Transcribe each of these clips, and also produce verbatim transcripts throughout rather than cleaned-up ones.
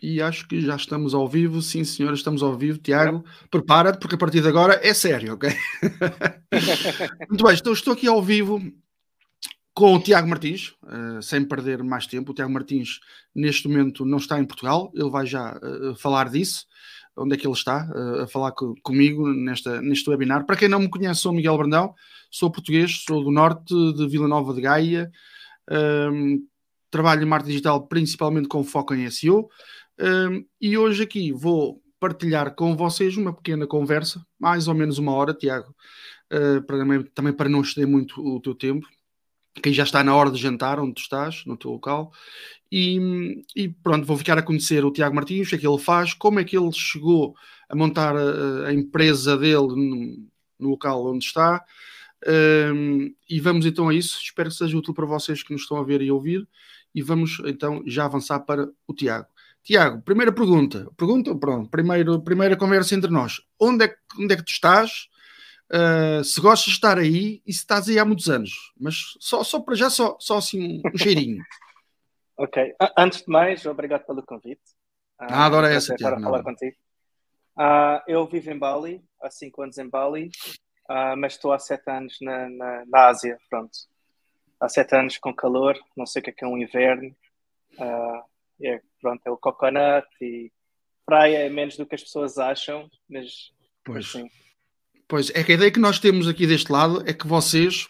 E acho que já estamos ao vivo. Sim, senhora, estamos ao vivo. Tiago, prepara-te, porque a partir de agora é sério, ok? Muito bem, estou, estou aqui ao vivo com o Tiago Martins, uh, sem perder mais tempo. O Tiago Martins, neste momento, não está em Portugal. Ele vai já uh, falar disso. Onde é que ele está uh, a falar co- comigo nesta, neste webinar. Para quem não me conhece, sou Miguel Brandão, sou português, sou do norte de Vila Nova de Gaia. Um, trabalho em marketing digital principalmente com foco em S E O. Um, e hoje aqui vou partilhar com vocês uma pequena conversa, mais ou menos uma hora, Tiago, uh, para, também, também para não exceder muito o teu tempo, que já está na hora de jantar, onde tu estás, no teu local. E, e pronto, vou ficar a conhecer o Tiago Martins, o que é que ele faz, como é que ele chegou a montar a, a empresa dele no, no local onde está. Um, e vamos então a isso. Espero que seja útil para vocês que nos estão a ver e ouvir. E vamos então já avançar para o Tiago. Tiago, primeira pergunta. Pergunta, pronto, primeiro, primeira conversa entre nós. Onde é, que- onde é que tu estás? Uh, se gostas de estar aí e se estás aí há muitos anos. Mas só, só para já, só, só assim um cheirinho. Ok. A- Antes de mais, obrigado pelo convite. Ah, Ah, é um adoro essa, prazer estar Tiago. a falar Nada. contigo. Ah, eu vivo em Bali, há cinco anos em Bali, ah, mas estou há sete anos na, na, na Ásia, pronto. Há sete anos com calor, não sei o que é que é um inverno. Ah, é, pronto, é o coconut e praia é menos do que as pessoas acham, mas, mas Pois. sim. Pois, é que a ideia que nós temos aqui deste lado é que vocês.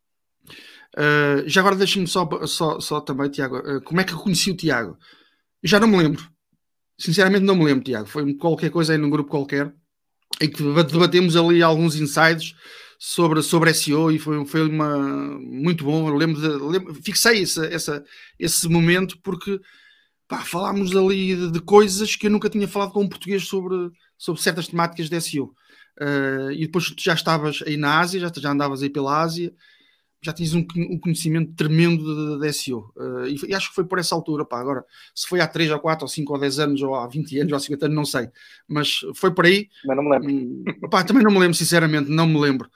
Uh, já agora deixem-me só, só, só também, Tiago, uh, como é que eu conheci o Tiago? Eu já não me lembro. Sinceramente, não me lembro, Tiago. Foi qualquer coisa aí num grupo qualquer em que debatemos ali alguns insights sobre, sobre S E O e foi, foi uma, muito bom. Eu lembro de, lembro, fixei esse, essa, esse momento porque pá, falámos ali de, de coisas que eu nunca tinha falado com um português sobre, sobre certas temáticas de S E O. Uh, e depois tu já estavas aí na Ásia, já, já andavas aí pela Ásia, já tinhas um, um conhecimento tremendo de, de S E O. Uh, e, e acho que foi por essa altura, pá. Agora, se foi há três ou quatro ou cinco ou dez anos, ou há vinte anos, ou há cinquenta anos, não sei. Mas foi por aí. Mas não me lembro. Hum, pá, também não me lembro, sinceramente, não me lembro.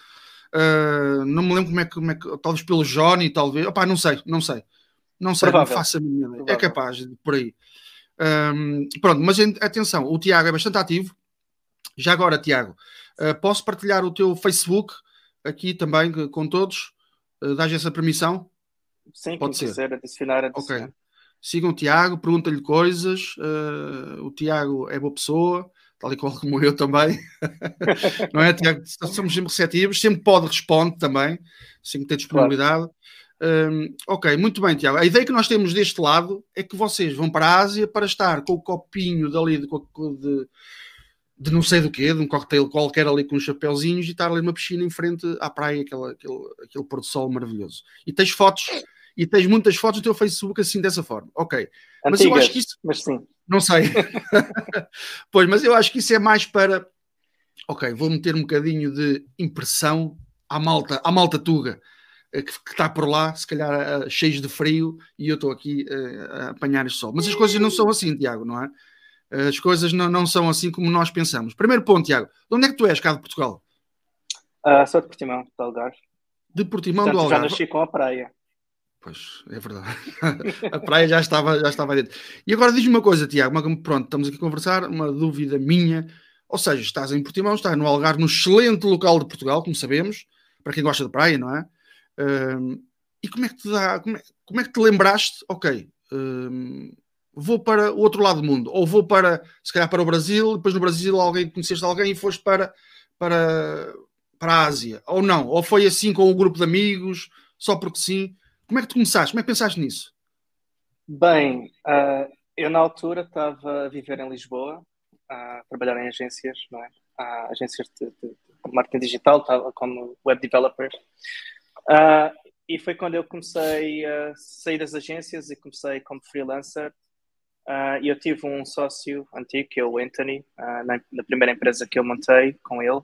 Uh, não me lembro como é, que, como é que, talvez pelo Johnny, talvez. Opá, não sei, não sei. Não sei, não Provável, faço a minha ideia. É provável. capaz, de por aí. Um, pronto, mas atenção, o Tiago é bastante ativo. Já agora, Tiago, uh, posso partilhar o teu Facebook aqui também com todos? Uh, dás essa permissão? Sim, quem Pode ser. quiser adicionar, Ok. adicione. Sigam o Tiago, perguntem-lhe coisas. Uh, o Tiago é boa pessoa, tal e qual como eu também. Não é, Tiago? Somos sempre receptivos, sempre pode responder também, sempre tem Claro. disponibilidade. Um, ok, muito bem, Tiago. A ideia que nós temos deste lado é que vocês vão para a Ásia para estar com o copinho dali de, de, de não sei do quê, de um cocktail qualquer ali com uns chapéuzinhos e estar ali numa piscina em frente à praia, aquele, aquele, aquele pôr do sol maravilhoso. E tens fotos, e tens muitas fotos no teu Facebook assim dessa forma. Ok. Mas eu acho que Antigas, isso. mas sim. Não sei. Pois, mas eu acho que isso é mais para. Ok, vou meter um bocadinho de impressão à malta, à malta tuga que, que está por lá, se calhar uh, cheios de frio, e eu estou aqui uh, a apanhar este sol. Mas as coisas não são assim, Tiago, não é? As coisas não, não são assim como nós pensamos. Primeiro ponto, Tiago, de onde é que tu és, cá de Portugal? Uh, sou de Portimão, de Algarve. De Portimão do Portanto, já Algarve. nasci com a praia. Pois, é verdade. A praia já estava, já estava dentro. E agora diz-me uma coisa, Tiago, uma, pronto, estamos aqui a conversar, uma dúvida minha. Ou seja, estás em Portimão, estás no Algarve, no excelente local de Portugal, como sabemos, para quem gosta de praia, não é? Um, e como é que te dá, como é, como é que te lembraste, ok, um, vou para o outro lado do mundo, ou vou para, se calhar para o Brasil, depois no Brasil alguém, conheceste alguém e foste para, para, para a Ásia, ou não, ou foi assim com um grupo de amigos, só porque sim. Como é que tu começaste? Como é que pensaste nisso? Bem, uh, eu na altura estava a viver em Lisboa, a trabalhar em agências, não é? Uh, agências de, de, de marketing digital, estava como web developer. Uh, e foi quando eu comecei a sair das agências e comecei como freelancer. Uh, e eu tive um sócio antigo, que é o Anthony, uh, na, na primeira empresa que eu montei com ele.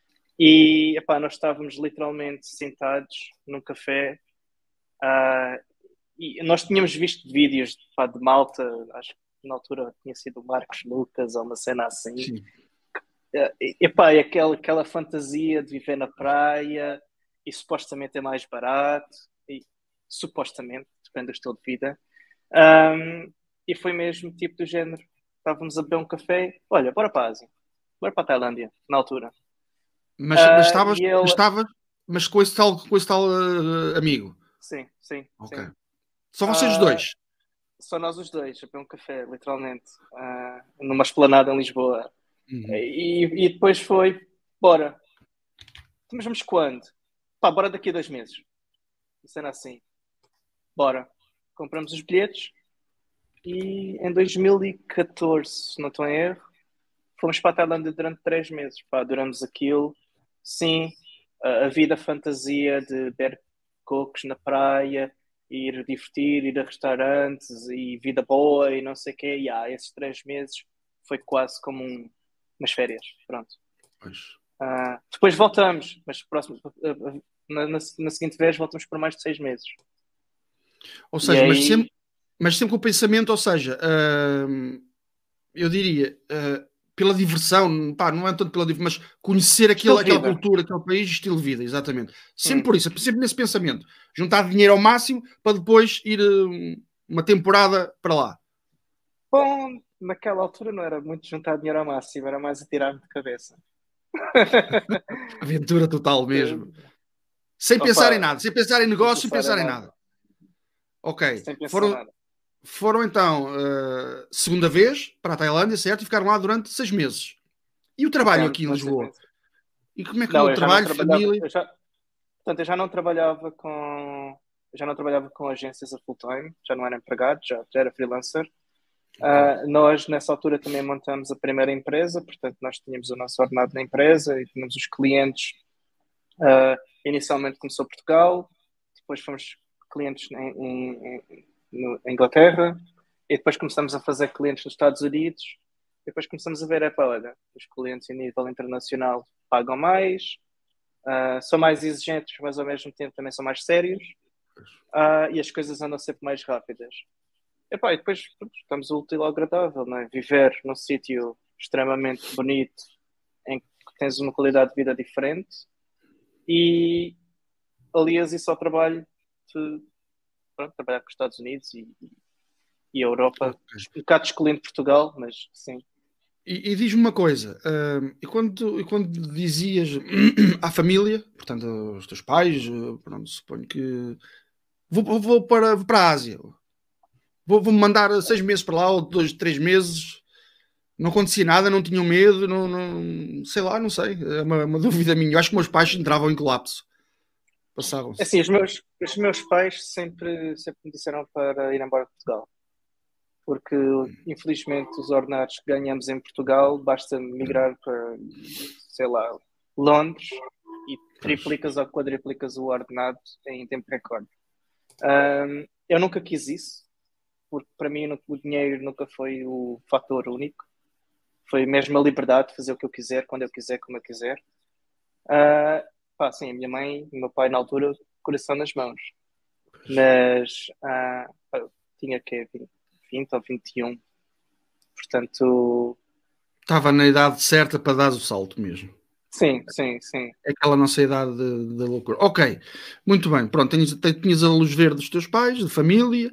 E epá, nós estávamos literalmente sentados num café. Uh, e nós tínhamos visto vídeos pá, de malta, acho que na altura tinha sido o Marcos Lucas ou uma cena assim. Sim. Uh, e, epá, e aquela, aquela fantasia de viver na praia e supostamente é mais barato, e supostamente, depende do estilo de vida. Um, e foi mesmo tipo do género. estávamos a beber um café, olha, bora para a Ásia, bora para a Tailândia, na altura. Mas, mas Uh, estavas, e mas ele, estavas, mas com esse tal, com esse tal uh, amigo. sim, sim, Ok. sim. Só vocês Uh, dois. só nós os dois, a beber um café, literalmente, uh, numa esplanada em Lisboa. Uhum. E, e depois foi, bora. Mas vamos quando? Pá, bora daqui a dois meses. Sendo assim, bora. Compramos os bilhetes e em dois mil e catorze, se não estou em erro, fomos para a Tailândia durante três meses. Pá, duramos aquilo. Sim, a, a vida fantasia de beber cocos na praia, ir divertir, ir a restaurantes e vida boa e não sei o quê. E ah, esses três meses foi quase como um, umas férias. Pronto. Pois. Uh, depois voltamos, mas próximo, uh, na, na, na seguinte vez voltamos por mais de seis meses. Ou E seja, mas aí, sempre, mas sempre com o pensamento, ou seja, uh, eu diria, uh, pela diversão, pá, não é tanto pela diversão, mas conhecer estilo aquilo, de aquela vida. cultura, aquele país, estilo de vida, exatamente. Sempre Hum. por isso, sempre nesse pensamento. Juntar dinheiro ao máximo para depois ir uh, uma temporada para lá. Bom, naquela altura não era muito juntar dinheiro ao máximo, era mais atirar-me de cabeça. Aventura total mesmo. Sem pensar em Opa, nada, sem pensar em sem negócio, sem pensar em pensar em nada. nada. Ok, Sem pensar em foram, nada. foram então uh, segunda vez para a Tailândia, certo? E ficaram lá durante seis meses. E o trabalho Ficamos aqui em durante seis Lisboa? meses. E como é que Não, o eu já não trabalho, trabalhava. família? Eu já, portanto, eu já não trabalhava com. Eu já não trabalhava com agências a full time, já não era empregado, já, já era freelancer. Ok. Uh, nós, nessa altura, também montamos a primeira empresa, portanto, nós tínhamos o nosso ordenado na empresa e tínhamos os clientes. Uh, inicialmente começou Portugal, depois fomos clientes em, em, em, no, em Inglaterra, e depois começamos a fazer clientes nos Estados Unidos, e depois começamos a ver, é pá, olha, os clientes a nível internacional pagam mais, uh, são mais exigentes, mas ao mesmo tempo também são mais sérios, uh, e as coisas andam sempre mais rápidas. Epá, e depois pronto, estamos o útil ao agradável, não é? Viver num sítio extremamente bonito, em que tens uma qualidade de vida diferente e alias isso ao trabalho de pronto, trabalhar com os Estados Unidos e, e a Europa, Ok. um bocado excluindo Portugal, mas sim. E, e diz-me uma coisa, hum, e quando, e quando dizias à família, portanto, aos teus pais, eh, pronto, suponho que vou, vou para, vou para a Ásia, vou, vou-me mandar seis meses para lá, ou dois, três meses, não acontecia nada, não tinham medo, não, não sei lá, não sei, é uma, uma dúvida minha. Eu acho que meus pais entravam em colapso, passavam-se. Assim, os meus, os meus pais sempre, sempre me disseram para ir embora de Portugal, porque infelizmente os ordenados que ganhamos em Portugal basta migrar para, sei lá, Londres e Pois, triplicas ou quadriplicas o ordenado em tempo recorde. Um, eu nunca quis isso, porque para mim o dinheiro nunca foi o fator único. Foi mesmo a liberdade de fazer o que eu quiser, quando eu quiser, como eu quiser. Uh, pá, sim, a minha mãe e o meu pai na altura, coração nas mãos. pois. Mas uh, pá, tinha que vinte ou vinte e um. Portanto, Estava na idade certa para dar o salto mesmo. sim, sim, sim. É aquela nossa idade de, de loucura. Ok, muito bem. Pronto, tinhas, tinhas a luz verde dos teus pais, de família.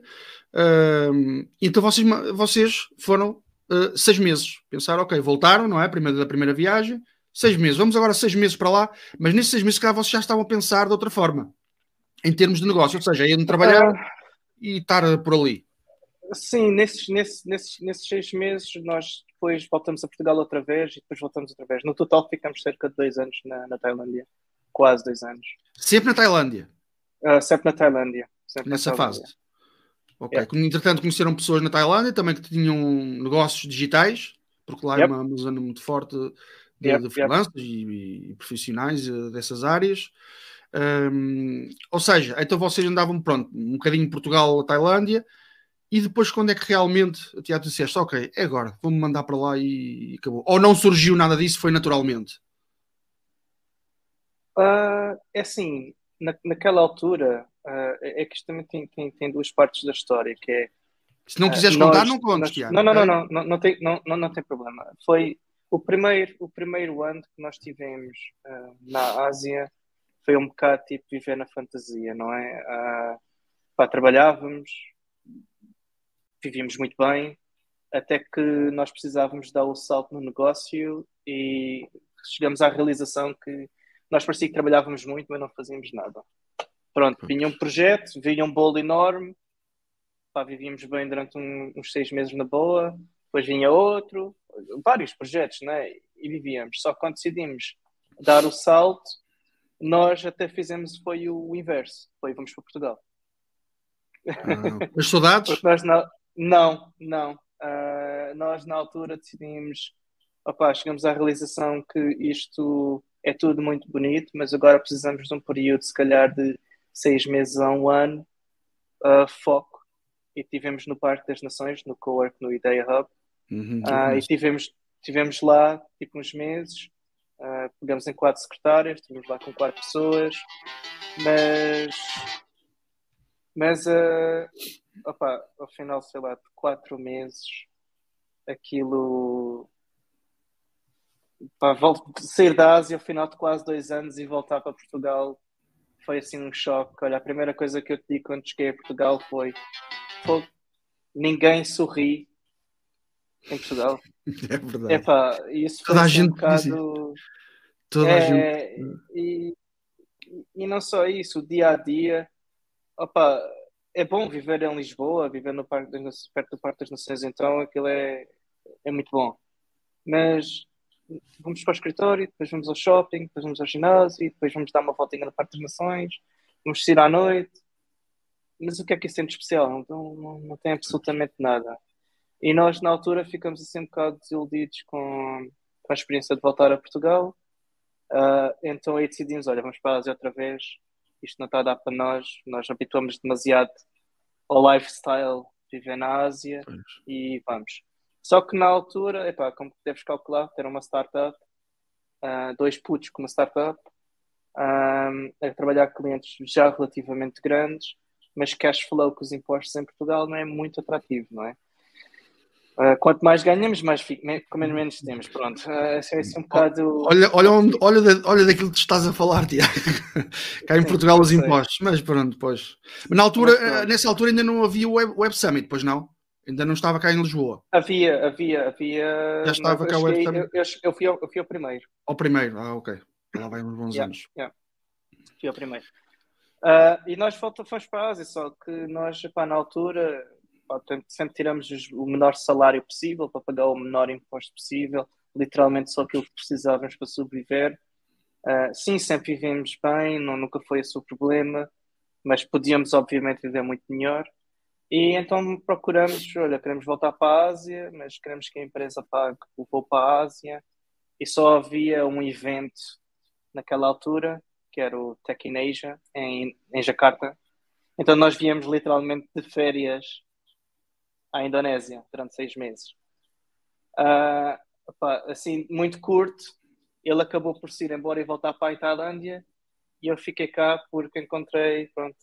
hum, então vocês, vocês foram uh, seis meses. Pensaram, ok, voltaram, não é? Primeiro da primeira viagem. Seis meses. Vamos agora seis meses para lá. Mas nesses seis meses, se calhar, vocês já estavam a pensar de outra forma. Em termos de negócio. Ou seja, iam trabalhar Uh, e estar uh, por ali. sim, nesses, nesses, nesses, nesses seis meses nós depois voltamos a Portugal outra vez e depois voltamos outra vez. No total ficamos cerca de dois anos na, na Tailândia. Quase dois anos. Sempre na Tailândia. Uh, sempre na Tailândia. Sempre na Nessa fase. Tailândia. Ok. Yeah. Entretanto, conheceram pessoas na Tailândia também que tinham negócios digitais, porque lá é Yep, uma, uma zona muito forte de, yep, de yep. freelancers e, e profissionais uh, dessas áreas. Um, ou seja, então vocês andavam, pronto, um bocadinho em Portugal, a Tailândia, e depois quando é que realmente a Tiago disseste, ok, é agora, vou-me mandar para lá e, e acabou. Ou não surgiu nada disso, foi naturalmente? Uh, é assim, na, naquela altura, uh, é é que isto também tem, tem, tem duas partes da história, que é Se não uh, quiseres contar, nós, não contes, nós Tiago, não, não, não, ok? não, não, não tem, não, não, não tem problema. Foi o primeiro, o primeiro ano que nós tivemos uh, na Ásia, foi um bocado tipo viver na fantasia, não é? Uh, pá, trabalhávamos, vivíamos muito bem, até que nós precisávamos dar o salto no negócio e chegamos à realização que nós parecia que trabalhávamos muito, mas não fazíamos nada. Pronto, vinha um projeto, vinha um bolo enorme, pá, vivíamos bem durante um, uns seis meses na boa, depois vinha outro, vários projetos, né? E vivíamos. Só que quando decidimos dar o salto, nós até fizemos, foi o inverso, foi vamos para Portugal. Ah, as saudades? Porque nós não, não, não. Uh, nós na altura decidimos, opá, chegamos à realização que isto é tudo muito bonito, mas agora precisamos de um período, se calhar, de seis meses a um ano, uh, foco. E tivemos no Parque das Nações, no Cowork, no Ideia Hub. Uhum, uh, e tivemos, tivemos lá, tipo, uns meses. Uh, pegamos em quatro secretárias, estivemos lá com quatro pessoas. Mas... Mas, uh, opa, ao final, sei lá, de quatro meses, aquilo... Pá, volto, sair da Ásia ao final de quase dois anos e voltar para Portugal foi assim um choque. Olha, a primeira coisa que eu te digo quando cheguei a Portugal foi, foi ninguém sorri em Portugal. É verdade. Epá, isso foi Toda a assim, gente um bocado... Toda é, a gente... E, e não só isso, o dia a dia. Opa, é bom viver em Lisboa, viver no Parque das Nações, perto do Parque das Nações, então aquilo é, é muito bom. Mas vamos para o escritório, depois vamos ao shopping, depois vamos ao ginásio, depois vamos dar uma voltinha no Parque das Nações, vamos sair à noite. Mas o que é que isso tem de especial? Não, não, não tem absolutamente nada. E nós, na altura, ficamos assim um bocado desiludidos com, com a experiência de voltar a Portugal. Uh, então aí decidimos, olha, vamos para a Ásia outra vez. Isto não está a dar para nós. Nós habituamos demasiado ao lifestyle de viver na Ásia Pois. E vamos. Só que na altura, epá, como deves calcular, ter uma startup, uh, dois putos com uma startup, um, a trabalhar com clientes já relativamente grandes, mas cash flow com os impostos em Portugal não é muito atrativo, não é? Uh, quanto mais ganhamos, mais fico, com menos, menos temos. Pronto, uh, é assim um bocado. Olha, olha, onde, olha, da, olha daquilo que estás a falar, Tiago. Cá em Sim, Portugal os sei. impostos, mas pronto, pois. Mas na altura, Mas pronto. nessa altura ainda não havia o Web, Web Summit, pois não? Ainda não estava cá em Lisboa. Havia, havia, havia. Já estava mas cá eu, o Web cheguei, Summit? eu, eu, eu, fui ao, eu fui ao primeiro. Ao primeiro, ah, ok. Lá vai uns bons Yeah, anos. yeah. Fui ao primeiro. Uh, e nós fomos para a Ásia, só que nós, pá, na altura, pá, sempre tiramos o menor salário possível para pagar o menor imposto possível, literalmente só aquilo que precisávamos para sobreviver. Uh, sim, sempre vivemos bem, não, nunca foi esse o problema, mas podíamos, obviamente, viver muito melhor. E então procuramos, olha, queremos voltar para a Ásia, mas queremos que a empresa pague o voo para a Ásia. E só havia um evento naquela altura, que era o Tech in Asia, em, em Jakarta. Então nós viemos literalmente de férias à Indonésia durante seis meses. Uh, opa, assim, muito curto, ele acabou por se ir embora e voltar para a Tailândia, e eu fiquei cá porque encontrei, pronto,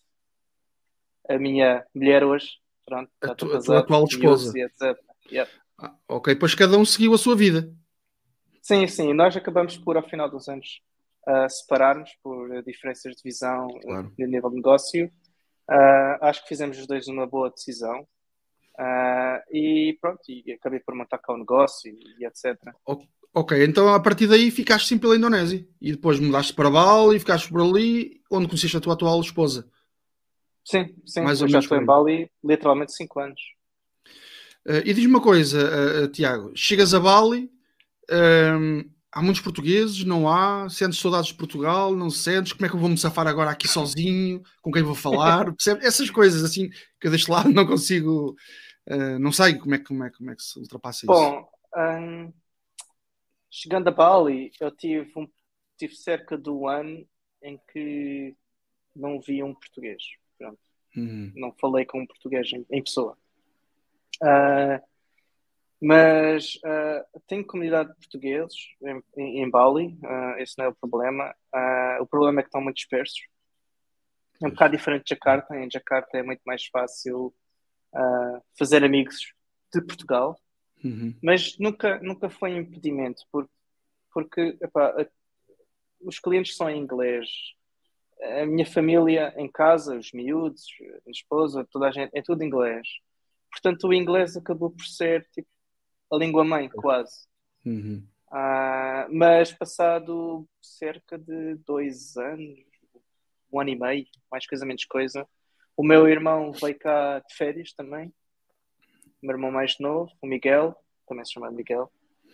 a minha mulher hoje, pronto, A, já tu, estou a tua casado, atual esposa. miúdos e etcétera. Yeah. Ah, ok, pois cada um seguiu a sua vida. Sim, sim, nós acabamos por, ao final dos anos, uh, separar-nos por diferenças de visão Claro. no nível de negócio. Uh, acho que fizemos os dois uma boa decisão. Uh, e pronto, e acabei por montar cá o negócio e, e etcétera. Ok, então a partir daí ficaste sim pela Indonésia e depois mudaste para Bali e ficaste por ali, onde conheceste a tua atual esposa. Sim, sim, Mais eu ou já menos estou por em aí. Bali literalmente cinco anos. Uh, e diz-me uma coisa, uh, uh, Tiago, chegas a Bali, um, há muitos portugueses, não há? Sentes saudades de Portugal, não sentes? Como é que eu vou me safar agora aqui sozinho? Com quem vou falar? Percebe? Essas coisas assim que eu deste lado não consigo, uh, não sei como é, como, é, como é que se ultrapassa isso. Bom, um, chegando a Bali, eu tive, um, tive cerca de um ano em que não vi um português. Pronto. Uhum. Não falei com um português em, em pessoa. Uh, mas uh, tenho comunidade de portugueses em, em, em Bali, uh, esse não é o problema. Uh, o problema é que estão muito dispersos. É um bocado diferente de Jakarta. Em Jakarta é muito mais fácil uh, fazer amigos de Portugal, uhum. mas nunca, nunca foi um impedimento, porque, porque epá, os clientes são em inglês. A minha família em casa, os miúdos, a minha esposa, toda a gente, é tudo inglês. Portanto, o inglês acabou por ser tipo, a língua-mãe, quase. Uhum. Uh, mas passado cerca de dois anos, um ano e meio, mais coisa, menos coisa, o meu irmão veio cá de férias também. O meu irmão mais novo, o Miguel, também se chama Miguel.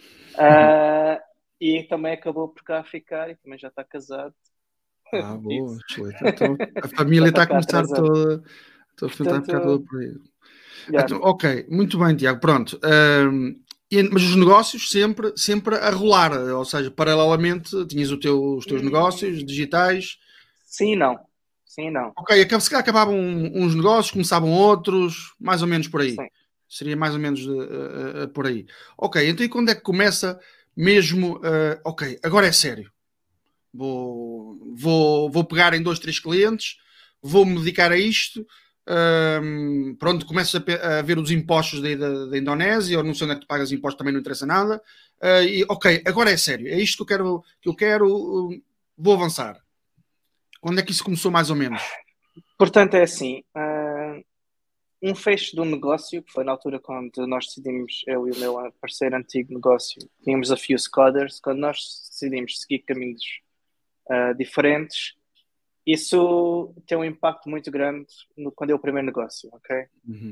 Uh, e também acabou por cá ficar e também já está casado. Ah, boa, excelente. Então a família está a começar toda, toda a ficar toda por aí. Yeah. Então, ok, muito bem, Tiago, pronto. Um, e, mas os negócios sempre, sempre a rolar, ou seja, paralelamente tinhas o teu, os teus hum. negócios digitais. Sim, não. Sim, não. Ok, se calhar acabavam uns negócios, começavam outros, mais ou menos por aí. Sim. Seria mais ou menos uh, uh, por aí. Ok, então e quando é que começa mesmo, uh, ok, agora é sério. Vou, vou, vou pegar em dois, três clientes, vou-me dedicar a isto. Um, pronto, começas a, a ver os impostos da, da, da Indonésia, ou não sei onde é que tu pagas impostos, também não interessa nada. Uh, e ok, agora é sério, é isto que eu quero, que eu quero uh, vou avançar. Quando é que isso começou, mais ou menos? Portanto, é assim, uh, um fecho de um negócio, que foi na altura quando nós decidimos, eu e o meu parceiro antigo negócio, tínhamos a Fuse Coders, quando nós decidimos seguir caminhos uh, diferentes, isso tem um impacto muito grande no, quando é o primeiro negócio, ok? Uhum.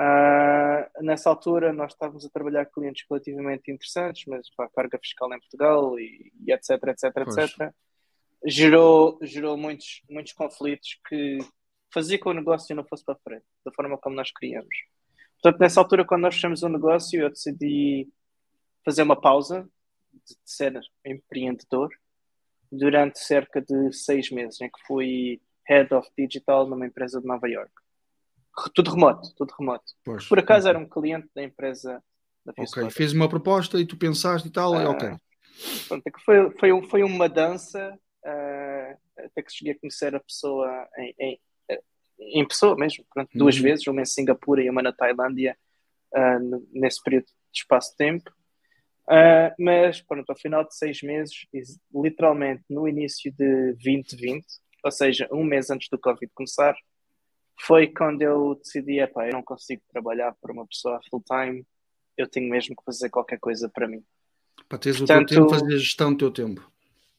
Uh, nessa altura nós estávamos a trabalhar com clientes relativamente interessantes, mas pá, carga fiscal em Portugal e, e etc, etc, pois. etcétera. Gerou, gerou muitos, muitos conflitos que fazia com que o negócio não fosse para frente, da forma como nós queríamos. Portanto, nessa altura, quando nós fechamos o negócio, eu decidi fazer uma pausa de ser empreendedor durante cerca de seis meses, em que fui Head of Digital numa empresa de Nova York. Tudo remoto, tudo remoto. Pois, Por acaso okay. era um cliente da empresa da Fuse Ok, fez uma proposta e tu pensaste e tal, uh, e ok. Pronto, é que foi, foi, foi uma dança uh, até que cheguei a conhecer a pessoa em, em, em pessoa mesmo, pronto, duas uhum. vezes, uma em Singapura e uma na Tailândia, uh, nesse período de espaço de tempo. Uh, mas, pronto, ao final de seis meses, literalmente no início de vinte vinte, ou seja, um mês antes do Covid começar, foi quando eu decidi, epá, eu não consigo trabalhar para uma pessoa full-time, eu tenho mesmo que fazer qualquer coisa para mim. Para teres Portanto, o teu tempo, fazer a gestão do teu tempo.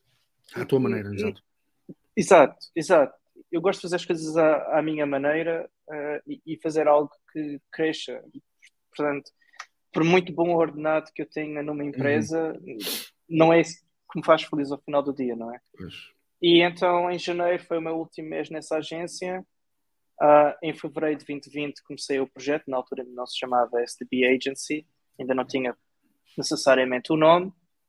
À tua maneira, exato. Exato, exato. Eu gosto de fazer as coisas à, à minha maneira uh, e, e fazer algo que cresça. Portanto, por muito bom ordenado que eu tenha numa empresa, uhum. não é isso que me faz feliz ao final do dia, não é? Pois. E então, em janeiro, foi o meu último mês nessa agência. Uh, em fevereiro de vinte vinte comecei o projeto, na altura não se chamava S D B Agency, ainda não tinha necessariamente o nome.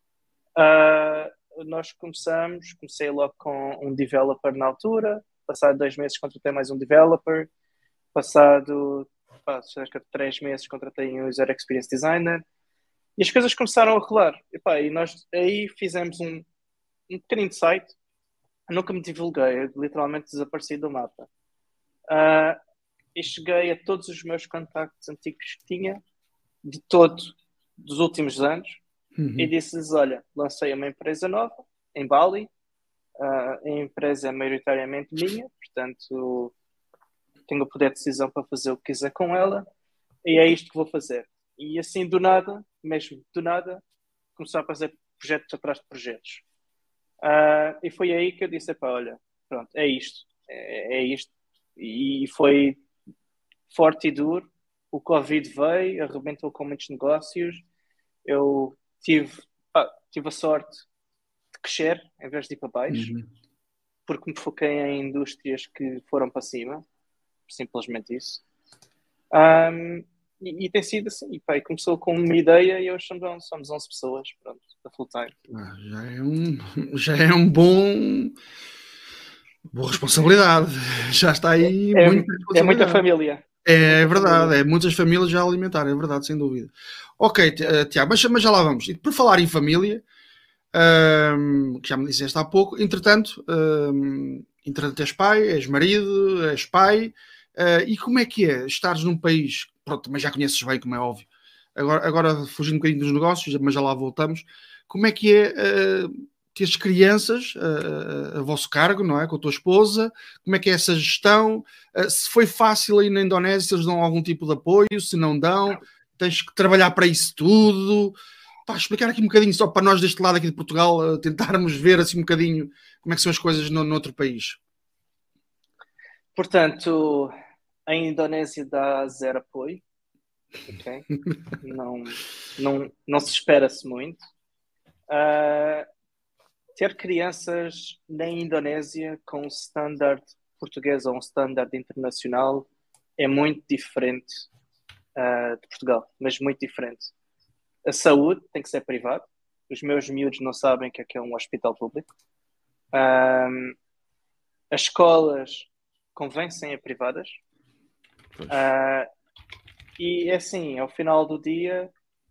Uh, nós começamos, comecei logo com um developer na altura, passado dois meses contratei mais um developer, passado pá, cerca de três meses contratei um User Experience Designer, e as coisas começaram a rolar. E, pá, e nós aí fizemos um, um pequenino site, nunca me divulguei, eu literalmente desapareci do mapa. Uh, e cheguei a todos os meus contactos antigos que tinha, de todo, dos últimos anos, uhum. e disse-lhes, olha, lancei uma empresa nova, em Bali, uh, a empresa é maioritariamente minha, portanto, tenho o poder de decisão para fazer o que quiser com ela, e é isto que vou fazer. E assim, do nada, mesmo do nada, começaram a fazer projetos atrás de projetos. Uh, e foi aí que eu disse, pá, olha, pronto, é isto, é, é isto. E foi forte e duro. O Covid veio, arrebentou com muitos negócios. Eu tive, ah, tive a sorte de crescer em vez de ir para baixo, uhum. porque me foquei em indústrias que foram para cima, simplesmente isso. Um, e, e tem sido assim. E, pá, começou com uma ideia e hoje somos, somos onze pessoas, pronto, da full time. Ah, já é um, já é um bom. Boa responsabilidade, já está aí é, muita responsabilidade. É muita família. É, é verdade, família. É muitas famílias já a alimentar, é verdade, sem dúvida. Ok, Tiago, mas, mas já lá vamos. E por falar em família, um, que já me disseste há pouco, entretanto, um, entretanto és pai, és marido, és pai, uh, e como é que é estares num país, pronto, mas já conheces bem, como é óbvio, agora, agora fugindo um bocadinho dos negócios, mas já lá voltamos, como é que é... Uh, teres crianças a, a, a vosso cargo, não é? Com a tua esposa, como é que é essa gestão? Uh, se foi fácil aí na Indonésia, se eles dão algum tipo de apoio, se não dão, tens que trabalhar para isso tudo. Pá, explicar aqui um bocadinho, só para nós deste lado aqui de Portugal, tentarmos ver assim um bocadinho como é que são as coisas no, no outro país. Portanto, a Indonésia dá zero apoio. Okay? não, não, não se espera-se muito. Uh, ter crianças na Indonésia com um standard português ou um standard internacional é muito diferente uh, de Portugal, mas muito diferente. A saúde tem que ser privada. Os meus miúdos não sabem o que é, que é um hospital público. Uh, as escolas convém serem privadas. Uh, e é assim, ao final do dia,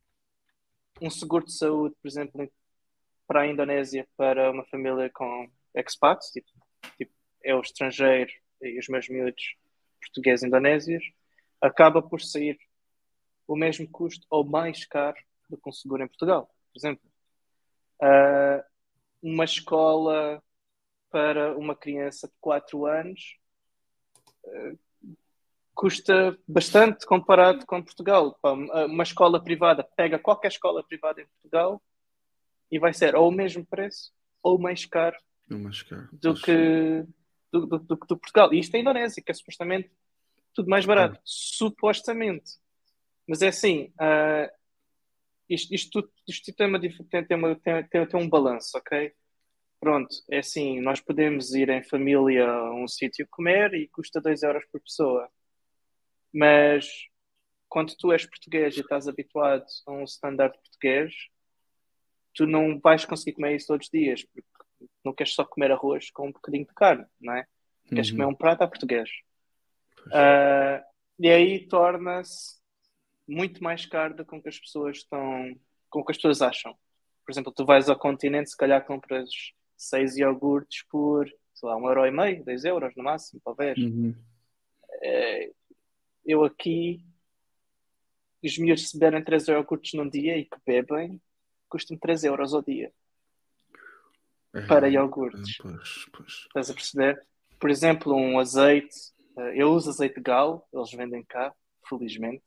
um seguro de saúde, por exemplo, para a Indonésia, para uma família com expats, tipo, tipo é o estrangeiro e os meus miúdos portugueses indonésios, acaba por sair o mesmo custo ou mais caro do que um seguro em Portugal. Por exemplo, uh, uma escola para uma criança de quatro anos uh, custa bastante comparado com Portugal. Uma escola privada, pega qualquer escola privada em Portugal e vai ser ou o mesmo preço ou mais caro, mais caro. do que do, do, do, do Portugal. E isto é a Indonésia, que é supostamente tudo mais barato. É. Supostamente. Mas é assim, uh, isto, isto, isto tem, uma, tem, tem, uma, tem, tem, tem um balanço, ok? Pronto, é assim, nós podemos ir em família a um sítio comer e custa dois euros por pessoa. Mas quando tu és português e estás habituado a um standard português, tu não vais conseguir comer isso todos os dias, porque não queres só comer arroz com um bocadinho de carne, não é? Uhum. Queres comer um prato a português. Uh, e aí torna-se muito mais caro do que o que as pessoas estão, com o que as pessoas acham. Por exemplo, tu vais ao continente, se calhar compras seis iogurtes por, sei lá, um euro e meio, dois euros no máximo, talvez. Uhum. Uh, eu aqui, os miúdos se beberem três iogurtes num dia e que bebem, custam três euros ao dia. É, para iogurtes. Pois, pois. Estás a perceber? Por exemplo, um azeite. Eu uso azeite de galo, eles vendem cá, felizmente.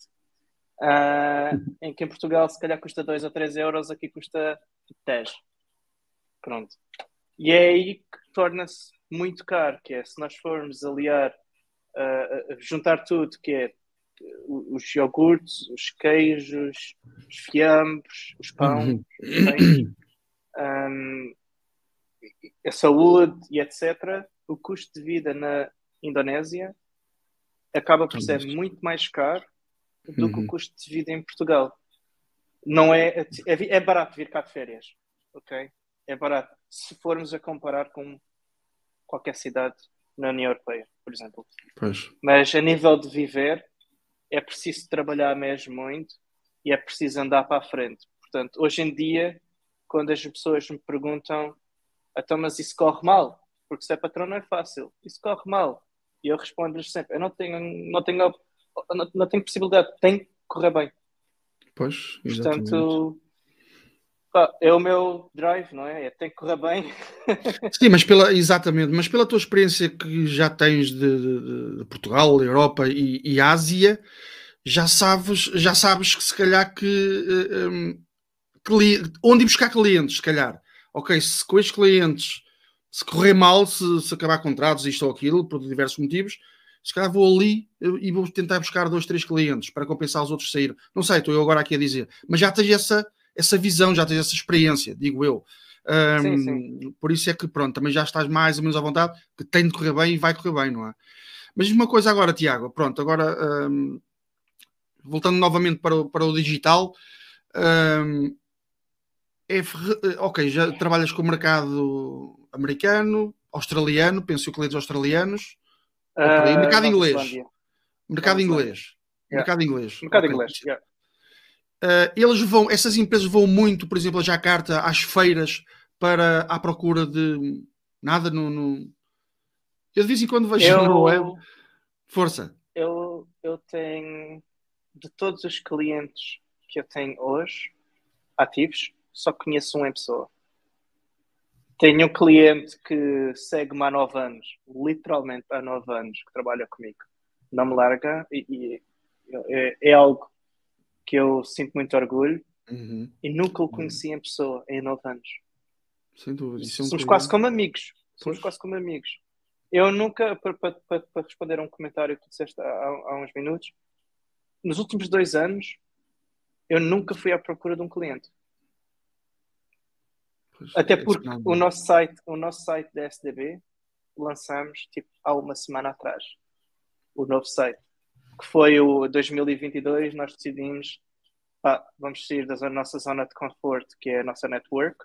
Uh, em que em Portugal se calhar custa dois ou três euros, aqui custa dez. Pronto. E é aí que torna-se muito caro, que é se nós formos aliar, uh, juntar tudo, que é os iogurtes, os queijos, os fiambres, os pães, uhum. um, a saúde e etcétera, o custo de vida na Indonésia acaba por ser muito mais caro do uhum. que o custo de vida em Portugal. Não é, é, é barato vir cá de férias, ok? É barato. Se formos a comparar com qualquer cidade na União Europeia, por exemplo. Pois. Mas a nível de viver, é preciso trabalhar mesmo muito e é preciso andar para a frente. Portanto, hoje em dia, quando as pessoas me perguntam, então, mas isso corre mal? Porque ser patrão não é fácil. Isso corre mal. E eu respondo-lhes sempre, eu não tenho, não tenho, não, não tenho possibilidade, tem que correr bem. Pois, exatamente. Portanto, pá, é o meu drive, não é? É tem que correr bem. Sim, mas pela, exatamente, mas pela tua experiência que já tens de, de, de Portugal, Europa e, e Ásia, já sabes, já sabes que se calhar que, um, que onde ir buscar clientes, se calhar. Ok, se com estes clientes se correr mal, se, se acabar contratos, isto ou aquilo, por diversos motivos, se calhar vou ali e vou tentar buscar dois, três clientes para compensar os outros sair. Não sei, estou eu agora aqui a dizer. Mas já tens essa, essa visão, já tens essa experiência, digo eu. Um, sim, sim. Por isso é que, pronto, também já estás mais ou menos à vontade, que tem de correr bem e vai correr bem, não é? Mas uma coisa agora, Tiago, pronto, agora um, voltando novamente para o, para o digital, um, é, ok, já trabalhas com o mercado americano, australiano, penso que clientes australianos, uh, mercado inglês. Mercado inglês. Yeah. Mercado inglês. Mercado okay. inglês, yeah. uh, eles vão, essas empresas vão muito, por exemplo, a Jakarta, às feiras, para à procura de nada no... no... Eu de vez em quando vejo eu, no web. Força. Eu, eu tenho, de todos os clientes que eu tenho hoje, ativos, só conheço um em pessoa. Tenho um cliente que segue-me há nove anos, literalmente há nove anos, que trabalha comigo. Não me larga e, e é, é algo que eu sinto muito orgulho Uhum. e nunca o conheci em pessoa em nove anos. Sem dúvida. Isso é um Somos quase cliente. como amigos. Somos Pois. quase como amigos. Eu nunca, para, para, para responder a um comentário que tu disseste há, há uns minutos, nos últimos dois anos, eu nunca fui à procura de um cliente. Pois, Até é porque sinal o bom. nosso site, o nosso site da S D B lançamos tipo há uma semana atrás. O novo site. Que foi o dois mil e vinte e dois, nós decidimos, pá, vamos sair da nossa zona de conforto, que é a nossa network,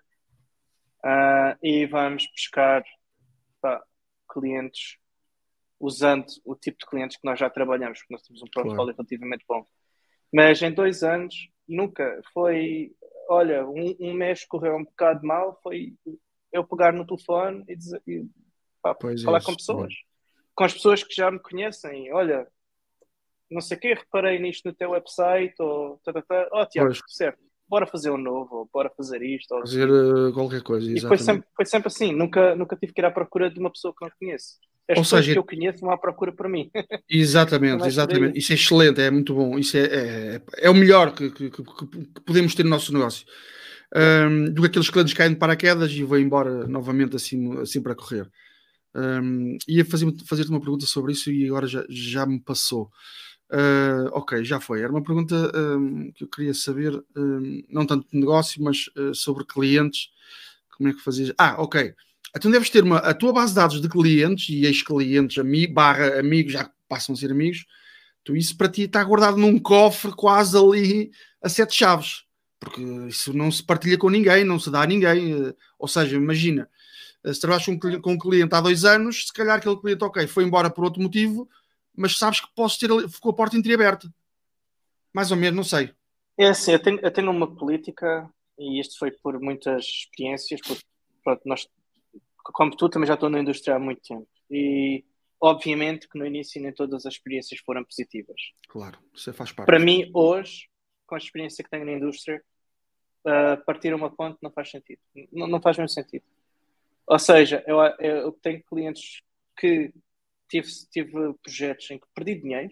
uh, e vamos buscar, pá, clientes usando o tipo de clientes que nós já trabalhamos, porque nós temos um Claro. portfólio relativamente bom. Mas em dois anos, nunca foi. Olha, um, um mês correu um bocado mal, foi eu pegar no telefone e, dizer, e pá, Pois é falar com isso. pessoas. Com as pessoas que já me conhecem. Olha, não sei o quê, reparei nisto no teu website, ou tá, tá, tá. Oh, Tiago, Pois, certo, bora fazer um novo, ou bora fazer isto, ou fazer aquilo. uh, qualquer coisa, E foi exatamente. sempre, foi sempre assim, nunca, nunca tive que ir à procura de uma pessoa que não conheço. As Ou pessoas seja, que eu conheço vão à procura para mim. É exatamente, mais por aí. exatamente. Isso é excelente, é muito bom. Isso é, é, é o melhor que, que, que- que podemos ter no nosso negócio. Yeah. Um, do que aqueles clientes que caem de paraquedas e vão embora novamente assim, assim para correr. Um, ia fazer, fazer-te uma pergunta sobre isso e agora já, já me passou. Uh, ok, já foi. Era uma pergunta um, que eu queria saber, um, não tanto de negócio, mas uh, sobre clientes. Como é que fazias? Ah, ok. Então deves ter uma, a tua base de dados de clientes e ex-clientes, ami, barra amigos, já passam a ser amigos. Tu, isso para ti está guardado num cofre quase ali a sete chaves. Porque isso não se partilha com ninguém, não se dá a ninguém. Ou seja, imagina, se trabalhas com um, cliente, com um cliente há dois anos, se calhar aquele cliente, ok, foi embora por outro motivo, mas sabes que posso ter, ficou a porta entreaberta. Mais ou menos, não sei. É assim, eu tenho, eu tenho uma política, e isto foi por muitas experiências, porque pronto, nós, como tu, também já estou na indústria há muito tempo. E obviamente que no início nem todas as experiências foram positivas. Claro, isso faz Para parte. mim, hoje, com a experiência que tenho na indústria, uh, partir uma ponte não faz sentido. Não, não faz mesmo sentido. Ou seja, eu, eu tenho clientes que tive, tive projetos em que perdi dinheiro,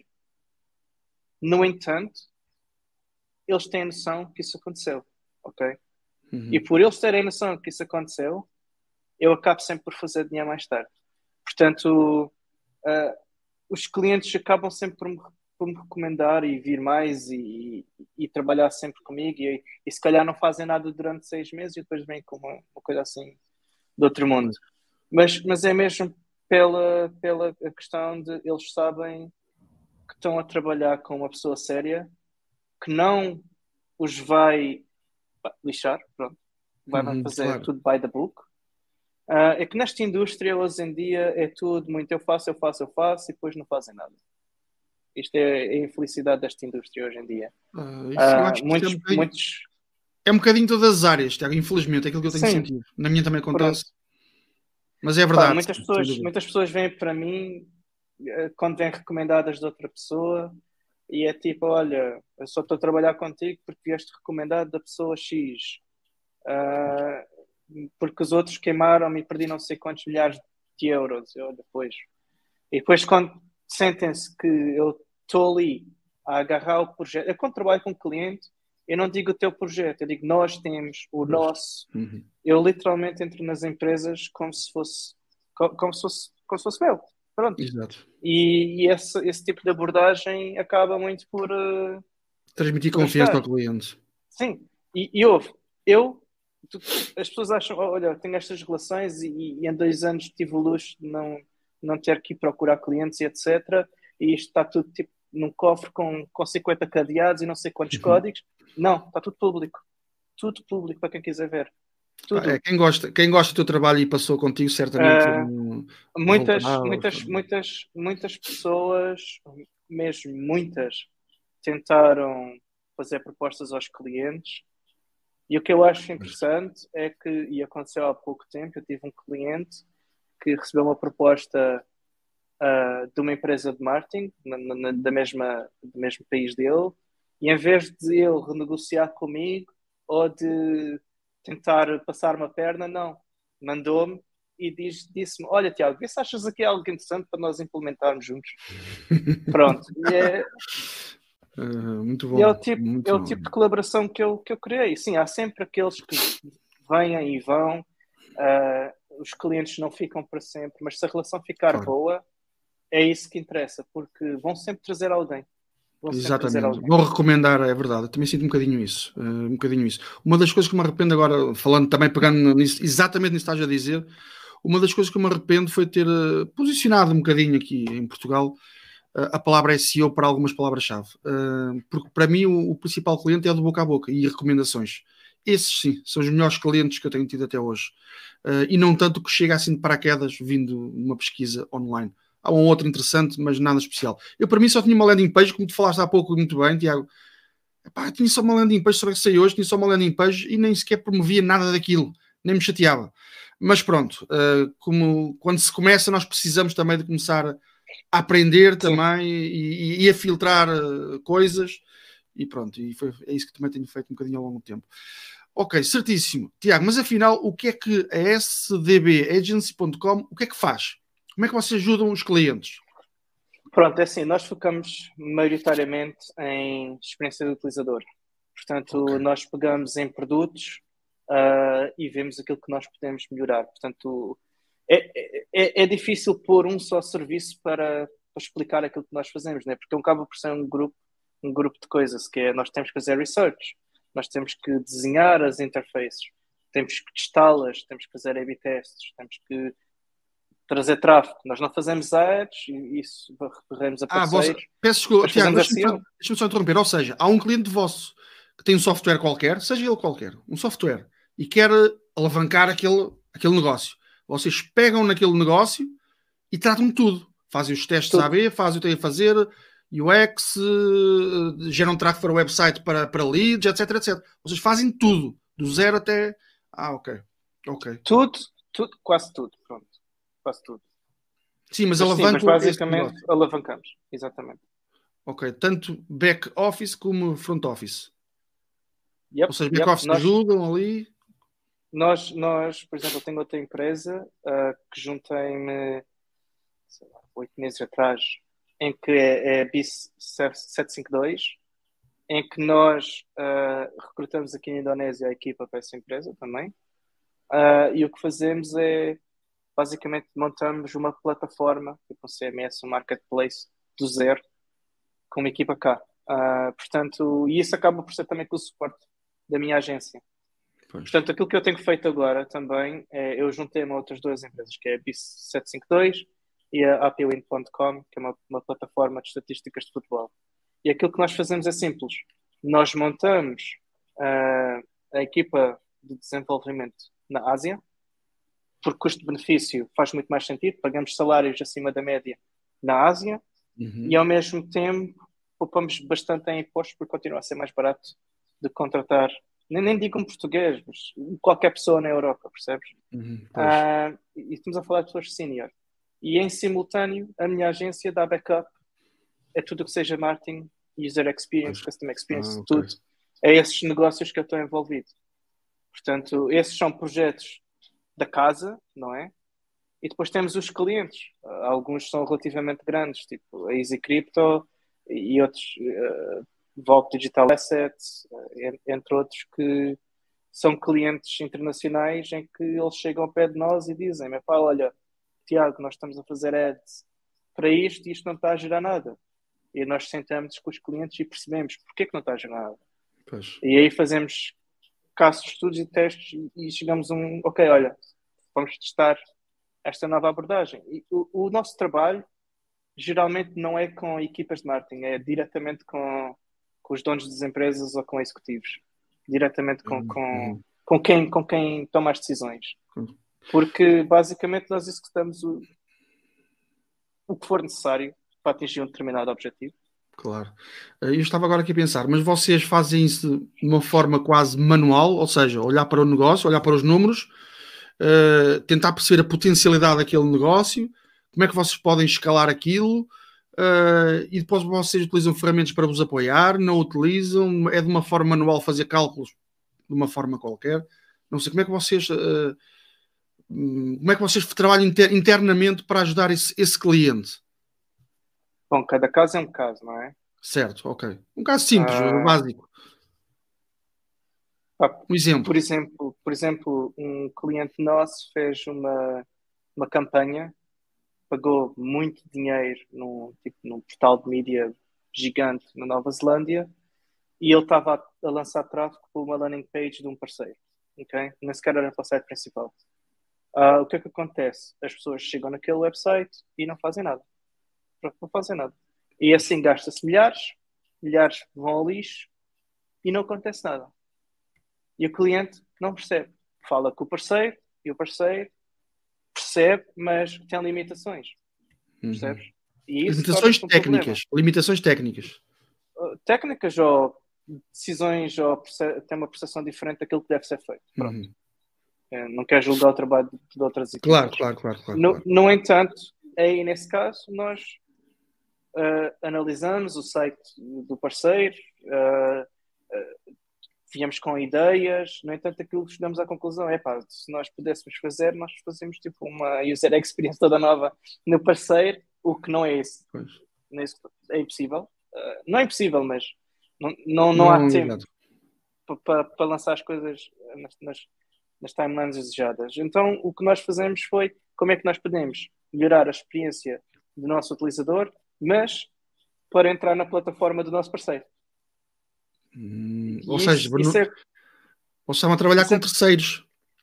no entanto, eles têm a noção que isso aconteceu, ok? Uhum. E por eles terem a noção que isso aconteceu, eu acabo sempre por fazer dinheiro mais tarde. Portanto, uh, os clientes acabam sempre por me, por me recomendar e vir mais e, e, e trabalhar sempre comigo e, e se calhar não fazem nada durante seis meses e depois vêm com uma, uma coisa assim do outro mundo. Mas, mas é mesmo pela, pela questão de eles sabem que estão a trabalhar com uma pessoa séria que não os vai pá, lixar, pronto, vai Uhum, fazer claro. tudo by the book. Uh, é que nesta indústria hoje em dia é tudo muito eu faço, eu faço, eu faço e depois não fazem nada. Isto é a infelicidade desta indústria hoje em dia. Uh, isso, eu Uh, acho que isto é um muitos, bocadinho, muitos, é um bocadinho todas as áreas, Tiago, infelizmente, é aquilo que eu tenho sim, sentido. Na minha também pronto. acontece, mas é Pá, verdade, muitas sim, sem pessoas, dúvida. muitas pessoas vêm para mim eh, quando vêm recomendadas de outra pessoa e é tipo, olha, eu só estou a trabalhar contigo porque vieste recomendado da pessoa X. Uh, porque os outros queimaram-me e perdi não sei quantos milhares de euros. Eu depois. E depois quando sentem-se que eu estou ali a agarrar o projeto, eu quando trabalho com um cliente, eu não digo o teu projeto, eu digo nós temos o nosso. Uhum. Eu literalmente entro nas empresas como se fosse como, como se fosse, como se fosse meu. Pronto. Exato. E, e esse, esse tipo de abordagem acaba muito por, uh, Transmitir por confiança ajudar. ao cliente. Sim. E, e houve. Eu, tu, as pessoas acham, olha, tenho estas relações e, e em dois anos tive o luxo de não, não ter que ir procurar clientes e etcétera. E isto está tudo tipo num cofre com, com cinquenta cadeados e não sei quantos Uhum. códigos. Não, está tudo público. Tudo público para quem quiser ver. Pá, é, Tudo. quem gosta, quem gosta do teu trabalho e passou contigo, certamente Uh, não muitas, voltará. muitas, muitas, muitas pessoas, mesmo muitas, tentaram fazer propostas aos clientes. E o que eu acho interessante é que, e aconteceu há pouco tempo, eu tive um cliente que recebeu uma proposta uh, de uma empresa de marketing na, na, da mesma, do mesmo país dele, e em vez de ele renegociar comigo ou de tentar passar uma perna, não, mandou-me e diz, disse-me, olha Tiago, vê se achas aqui algo interessante para nós implementarmos juntos. Pronto, e é, Uh, muito E é o bom, tipo, é muito o bom. tipo de colaboração que eu, que eu criei. Sim, há sempre aqueles que vêm e vão, uh, os clientes não ficam para sempre, mas se a relação ficar Claro. boa, é isso que interessa, porque vão sempre trazer alguém. Vão sempre trazer Exatamente. alguém. Vou recomendar, é verdade. Eu também sinto um bocadinho isso. uh, um bocadinho isso. Uma das coisas que me arrependo agora, falando também, pegando nisso, exatamente nisso que estás a dizer, uma das coisas que eu me arrependo foi ter uh, posicionado um bocadinho aqui em Portugal uh, a palavra S E O para algumas palavras-chave. Uh, porque para mim o, o principal cliente é o do boca a boca e recomendações. Esses sim, são os melhores clientes que eu tenho tido até hoje. Uh, e não tanto que chega assim de paraquedas vindo de uma pesquisa online. Há um outro interessante, mas nada especial. Eu, para mim, só tinha uma landing page, como tu falaste há pouco muito bem, Tiago. Epá, tinha só uma landing page, só que sei hoje, tinha só uma landing page e nem sequer promovia nada daquilo, nem me chateava. Mas pronto, uh, como, quando se começa, nós precisamos também de começar a aprender Sim. também e, e, e a filtrar uh, coisas. E pronto, e foi, é isso que também tenho feito um bocadinho ao longo do tempo. Ok, certíssimo. Tiago, mas afinal, o que é que a S D B agency ponto com, o que é que faz? Como é que vocês ajudam os clientes? Pronto, é assim, nós focamos maioritariamente em experiência do utilizador. Portanto, okay. nós pegamos em produtos uh, e vemos aquilo que nós podemos melhorar. Portanto, é, é, é difícil pôr um só serviço para, para explicar aquilo que nós fazemos, né? Porque acaba por ser um grupo, um grupo de coisas, que é, nós temos que fazer research, nós temos que desenhar as interfaces, temos que testá-las, temos que fazer A B tests, temos que trazer tráfego. Nós não fazemos ads, isso recorremos a parceiros. Ah, vossa... Peço desculpa, Tiago, deixa-me só, deixa só interromper. Ou seja, há um cliente vosso que tem um software qualquer, seja ele qualquer, um software, e quer alavancar aquele, aquele negócio. Vocês pegam naquele negócio e tratam de tudo. Fazem os testes tudo. A B, fazem o que têm a fazer, U X, geram tráfego para o website para, para leads, etc, etcétera. Vocês fazem tudo, do zero até... Ah, ok. ok. Tudo, tudo, quase tudo, pronto. Quase tudo. Sim, mas, mas alavancam. Sim, mas basicamente alavancamos, exatamente. Ok, tanto back office como front office. Yep, Ou seja, back yep. office nós, ajudam ali. Nós, nós, por exemplo, eu tenho outra empresa uh, que juntei-me oito meses atrás, em que é, é B I S setecentos e cinquenta e dois, em que nós uh, recrutamos aqui na Indonésia a equipa para essa empresa também. Uh, e o que fazemos é basicamente montamos uma plataforma, tipo um C M S, um marketplace do zero, com uma equipa cá. Uh, portanto, e isso acaba por ser também com o suporte da minha agência. Pois. Portanto, aquilo que eu tenho feito agora também é, eu juntei-me a outras duas empresas, que é a B I S setecentos e cinquenta e dois e a A P Win ponto com, que é uma, uma plataforma de estatísticas de futebol. E aquilo que nós fazemos é simples. Nós montamos uh, a equipa de desenvolvimento na Ásia, por custo-benefício faz muito mais sentido, pagamos salários acima da média na Ásia, uhum. E ao mesmo tempo poupamos bastante em impostos porque continua a ser mais barato de contratar, nem, nem digo um português, mas qualquer pessoa na Europa, percebes? Uhum, uh, e estamos a falar de pessoas senior. E em simultâneo, a minha agência dá backup a tudo o que seja marketing, user experience, pois. Customer experience, ah, tudo. Okay. É esses negócios que eu estou envolvido. Portanto, esses são projetos da casa, não é? E depois temos os clientes. Alguns são relativamente grandes, tipo a Easy Crypto e outros, uh, Vault Digital Assets, uh, entre outros, que são clientes internacionais em que eles chegam ao pé de nós e dizem: pá, olha, Tiago, nós estamos a fazer ads para isto e isto não está a gerar nada. E nós sentamos com os clientes e percebemos porquê que não está a gerar nada. Pois. E aí fazemos casos de estudos e testes e chegamos a um, ok, olha, vamos testar esta nova abordagem. E o, o nosso trabalho geralmente não é com equipas de marketing, é diretamente com, com os donos das empresas ou com executivos. Diretamente com, uhum. com, com, quem, com quem toma as decisões. Porque basicamente nós executamos o, o que for necessário para atingir um determinado objetivo. Claro. Eu estava agora aqui a pensar, mas vocês fazem isso de uma forma quase manual, ou seja, olhar para o negócio, olhar para os números, uh, tentar perceber a potencialidade daquele negócio, como é que vocês podem escalar aquilo, uh, e depois vocês utilizam ferramentas para vos apoiar, não utilizam, é de uma forma manual fazer cálculos de uma forma qualquer. Não sei como é que vocês uh, como é que vocês trabalham inter, internamente para ajudar esse, esse cliente. Bom, cada caso é um caso, não é? Certo, ok. Um caso simples, uh, básico. Pá, um exemplo. Por exemplo, por exemplo, um cliente nosso fez uma, uma campanha, pagou muito dinheiro num, tipo, num portal de mídia gigante na Nova Zelândia e ele estava a, a lançar tráfego por uma landing page de um parceiro. Okay? Nem sequer era para o site principal. Uh, o que é que acontece? As pessoas chegam naquele website e não fazem nada. Não fazem nada. E assim gasta-se milhares, milhares vão ao lixo e não acontece nada. E o cliente não percebe. Fala com o parceiro e o parceiro percebe, mas tem limitações. Uhum. Percebes? E isso limitações técnicas. Um limitações técnicas. Uh, técnicas ou decisões ou tem uma percepção diferente daquilo que deve ser feito. Pronto. Uhum. É, não quer julgar o trabalho de, de outras equipes. Claro, claro, claro. claro, no, claro. no entanto, aí nesse caso, nós uh, analisamos o site do parceiro, uh, uh, viemos com ideias, no entanto, aquilo que chegamos à conclusão é, pá, se nós pudéssemos fazer, nós fazemos tipo uma user experience toda nova no parceiro, o que não é isso. Não é, isso, é impossível. Uh, não é impossível, mas não, não, não, não há tempo para pa, pa lançar as coisas nas, nas, nas timelines desejadas. Então, o que nós fazemos foi como é que nós podemos melhorar a experiência do nosso utilizador, mas para entrar na plataforma do nosso parceiro. Hum, ou isso, seja, isso é... ou estavam a trabalhar isso com é... terceiros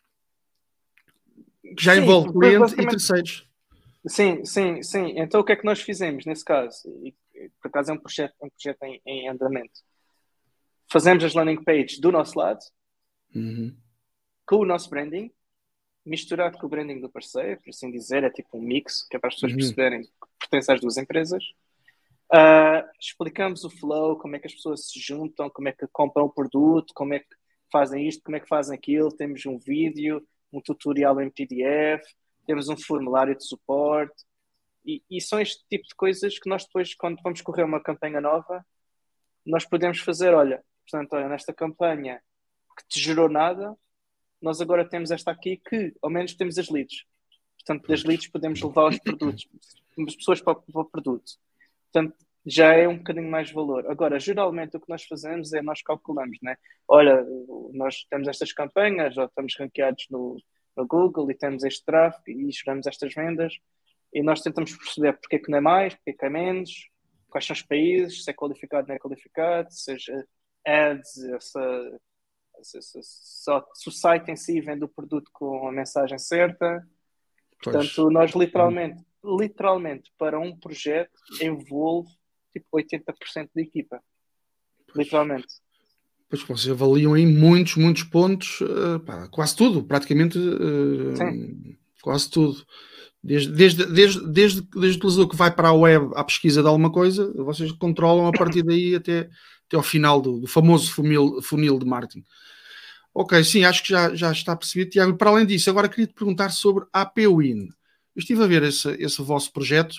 que já sim, envolve cliente basicamente... e terceiros. Sim, sim, sim. Então o que é que nós fizemos nesse caso? E, por acaso é um projeto, um projeto em, em andamento. Fazemos as landing pages do nosso lado, uhum. com o nosso branding, misturado com o branding do parceiro, por assim dizer, é tipo um mix, que é para as pessoas uhum. perceberem que pertence às duas empresas. Uh, explicamos o flow, como é que as pessoas se juntam, como é que compram o produto, como é que fazem isto, como é que fazem aquilo. Temos um vídeo, um tutorial em P D F, temos um formulário de suporte e, e são este tipo de coisas que nós depois, quando vamos correr uma campanha nova, nós podemos fazer, olha, portanto, olha, nesta campanha que te gerou nada, nós agora temos esta aqui que, ao menos, temos as leads. Portanto, das leads podemos levar os produtos, as pessoas para o produto. Portanto, já é um bocadinho mais valor. Agora, geralmente o que nós fazemos é nós calculamos, né? Olha, nós temos estas campanhas, ou estamos ranqueados no, no Google e temos este tráfego e geramos estas vendas e nós tentamos perceber porque é que não é mais, porque é que é menos, quais são os países, se é qualificado, não é qualificado, seja ads, se, se, se, só, se o site em si vende o produto com a mensagem certa. Portanto, pois. nós literalmente, hum. literalmente, para um projeto, envolve tipo oitenta por cento da equipa. Pois. Literalmente. Pois vocês avaliam em muitos, muitos pontos, uh, pá, quase tudo, praticamente uh, quase tudo. Desde, desde, desde, desde, desde o utilizador que vai para a web à pesquisa de alguma coisa, vocês controlam a partir daí até, até ao final do, do famoso funil, funil de marketing. Ok, sim, acho que já, já está percebido, Tiago. Para além disso, agora queria te perguntar sobre a APWin. Eu estive a ver esse, esse vosso projeto.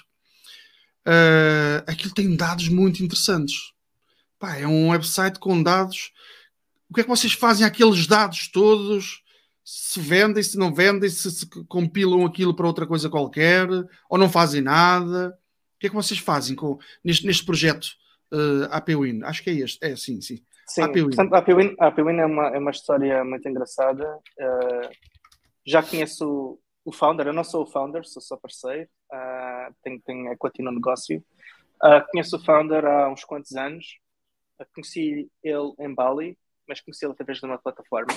Uh, aquilo tem dados muito interessantes. Pá, é um website com dados. O que é que vocês fazem aqueles dados todos? Se vendem, se não vendem, se, se compilam aquilo para outra coisa qualquer, ou não fazem nada? O que é que vocês fazem com, neste, neste projeto uh, APWin? Acho que é este. É, sim, sim. Sim, a portanto, a APWin, a APWin é, uma, é uma história muito engraçada. Uh, já conheço o, o founder, eu não sou o founder, sou só parceiro, uh, tenho, tenho, é continuo negócio. Uh, conheço o founder há uns quantos anos. Uh, conheci ele em Bali, mas conheci ele através de uma plataforma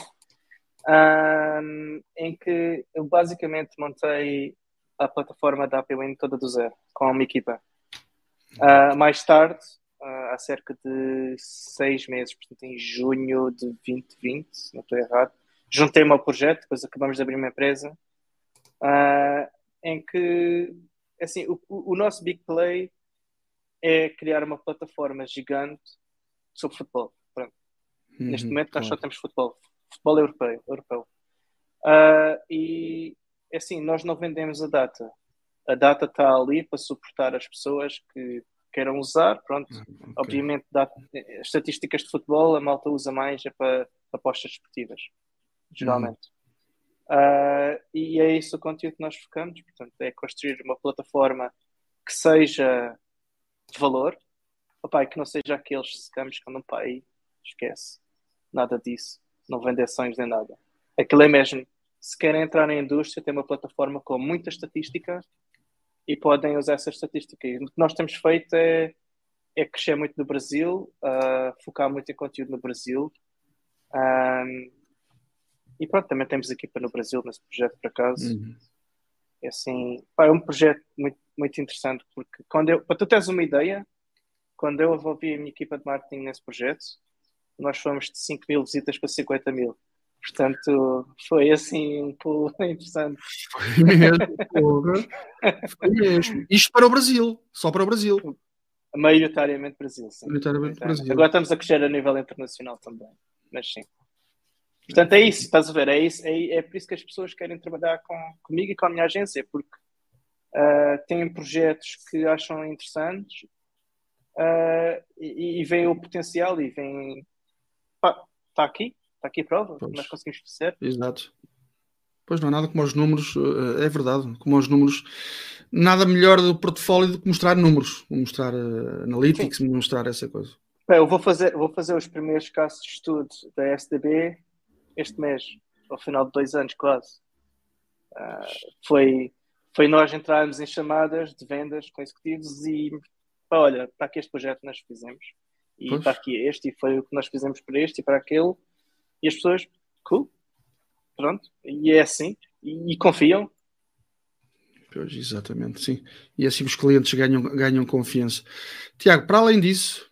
uh, em que eu basicamente montei a plataforma da APWin toda do zero, com uma equipa. Uh, mais tarde, Uh, há cerca de seis meses, portanto em junho de vinte vinte, se não estou errado, juntei-me ao projeto, depois acabamos de abrir uma empresa, uh, em que, assim, o, o nosso big play é criar uma plataforma gigante sobre futebol. Pronto. Uhum, Neste momento claro. Nós só temos futebol, futebol europeu. europeu. Uh, e, assim, nós não vendemos a data. A data está ali para suportar as pessoas que queiram usar, pronto, okay. Obviamente dá, as estatísticas de futebol a malta usa mais é para apostas desportivas, geralmente. Uhum. Uh, e é isso o conteúdo que nós focamos, portanto, é construir uma plataforma que seja de valor, Opa, que não seja aqueles scams que andam para aí, esquece, nada disso, não vender ações nem nada. Aquilo é mesmo, se querem entrar na indústria, tem uma plataforma com muita estatística e podem usar essa estatística. E o que nós temos feito é, é crescer muito no Brasil, uh, focar muito em conteúdo no Brasil. Um, e pronto, também temos equipa no Brasil nesse projeto, por acaso. Uhum. É assim, pá, é um projeto muito, muito interessante, porque quando eu, para tu teres uma ideia, quando eu envolvi a minha equipa de marketing nesse projeto, nós fomos de cinco mil visitas para cinquenta mil. Portanto, foi assim um pulo interessante. Foi mesmo, porra. Foi mesmo. Isto para o Brasil, só para o Brasil. Maioritariamente Brasil, sim. Maioritariamente Brasil. Agora estamos a crescer a nível internacional também, mas sim. Portanto, é isso, estás a ver? É, isso, é, é por isso que as pessoas querem trabalhar com, comigo e com a minha agência, porque uh, têm projetos que acham interessantes uh, e, e veem o potencial e veem, pá, está aqui, está aqui a prova, Pois. nós conseguimos fazer. Exato. Pois não há nada como os números, é verdade, como os números, nada melhor do portfólio do que mostrar números, mostrar uh, analytics, Sim. mostrar essa coisa. Bem, eu vou fazer, vou fazer os primeiros casos de estudo da S D B este mês, ao final de dois anos quase. Uh, foi, foi nós entrarmos em chamadas de vendas com executivos e pá, olha, está aqui este projeto que nós fizemos e Pois. está aqui este e foi o que nós fizemos para este e para aquele e as pessoas, cool, pronto, e é assim, e, e confiam. Pois, exatamente, sim. E assim os clientes ganham, ganham confiança. Tiago, para além disso,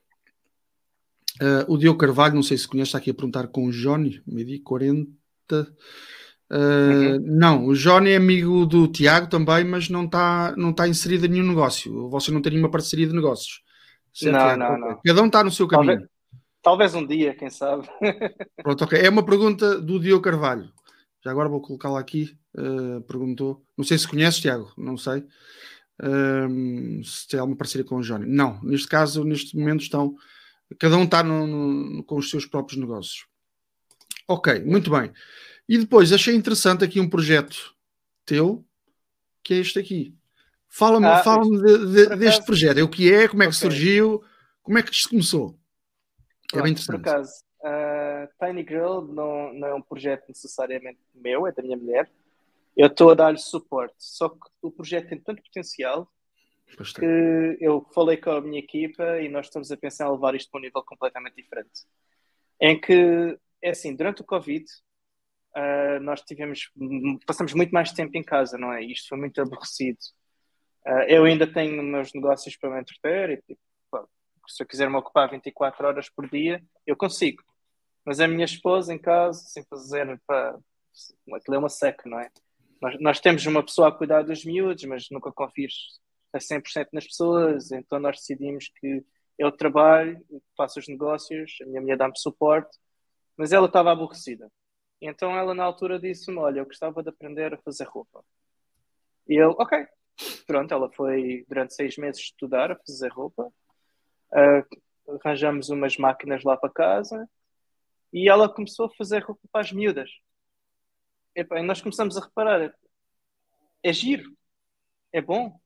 uh, o Diogo Carvalho, não sei se conhece, está aqui a perguntar com o Johnny, medi quarenta. Uh, uhum. Não, o Johnny é amigo do Tiago também, mas não está não tá inserido em nenhum negócio. Você não tem nenhuma parceria de negócios. Certo, não, Tiago? não, Okay. não. Cada um está no seu caminho. Talvez, talvez um dia, quem sabe. Pronto, ok. É uma pergunta do Diogo Carvalho. Já agora vou colocá-la aqui. Uh, perguntou. Não sei se conheces, Tiago. Não sei. Um, se tem alguma parceria com o Johnny. Não. Neste caso, neste momento, estão... Cada um está no, no, com os seus próprios negócios. Ok, muito bem. E depois, achei interessante aqui um projeto teu, que é este aqui. Fala-me ah, fala de, de, deste acaso, projeto. É o que é, como é que okay. surgiu, como é que isto começou. Pronto, é bem interessante. Por acaso, uh, Tiny Girl não, não é um projeto necessariamente meu, é da minha mulher. Eu estou a dar-lhe suporte. Só que o projeto tem tanto potencial Bastante. que eu falei com a minha equipa e nós estamos a pensar em levar isto para um nível completamente diferente. Em que, é assim, durante o Covid, uh, nós tivemos, passamos muito mais tempo em casa, não é? Isto foi muito aborrecido. Uh, eu ainda tenho meus negócios para me entreter e, tipo, pá, se eu quiser me ocupar vinte e quatro horas por dia, eu consigo. Mas a minha esposa em casa, sem fazer, pá, aquilo é uma seca, não é? Nós, nós temos uma pessoa a cuidar dos miúdos, mas nunca confies a cem por cento nas pessoas, então nós decidimos que eu trabalho, faço os negócios, a minha mulher dá-me suporte, mas ela estava aborrecida. Então ela na altura disse-me, olha, eu gostava de aprender a fazer roupa. E eu, ok, pronto, ela foi durante seis meses estudar a fazer roupa, uh, arranjamos umas máquinas lá para casa e ela começou a fazer roupa para as miúdas. E nós começamos a reparar, é giro, é bom.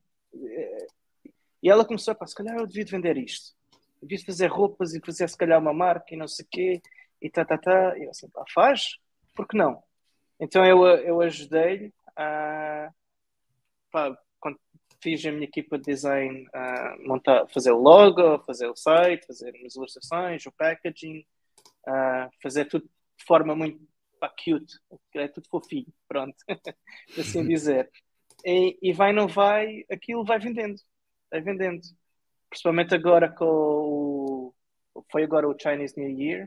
E ela começou a pensar, se calhar eu devia vender isto. Eu devia fazer roupas e fazer se calhar uma marca e não sei o quê, e tá, tá, tá. E eu assim, pá, faz? Por que não? Então eu, eu ajudei-lhe a, pá, quando fiz a minha equipa de design a montar, fazer o logo, fazer o site, fazer as ilustrações, o packaging, a fazer tudo de forma muito pá, cute, é tudo fofinho, pronto, assim dizer. E, e vai não vai, aquilo vai vendendo, vai vendendo. Principalmente agora com o... Foi agora o Chinese New Year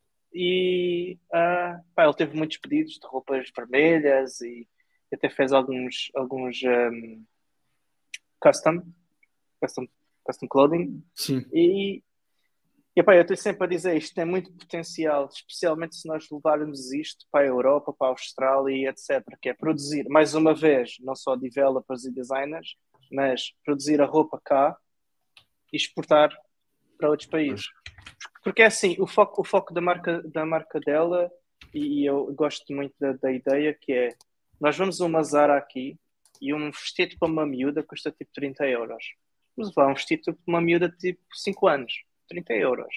e uh, pá, ele teve muitos pedidos de roupas vermelhas e até fez alguns, alguns um, custom, custom, custom clothing. Sim. E, e pá, eu estou sempre a dizer, isto tem muito potencial, especialmente se nós levarmos isto para a Europa, para a Austrália, etcétera, que é produzir, mais uma vez, não só developers e designers, mas produzir a roupa cá e exportar para outros países. Porque é assim, o foco, o foco da, marca, da marca dela, e, e eu gosto muito da, da ideia, que é, nós vamos a uma Zara aqui e um vestido para uma miúda custa tipo trinta euros. Vamos levar um vestido para uma miúda de tipo cinco anos. trinta euros.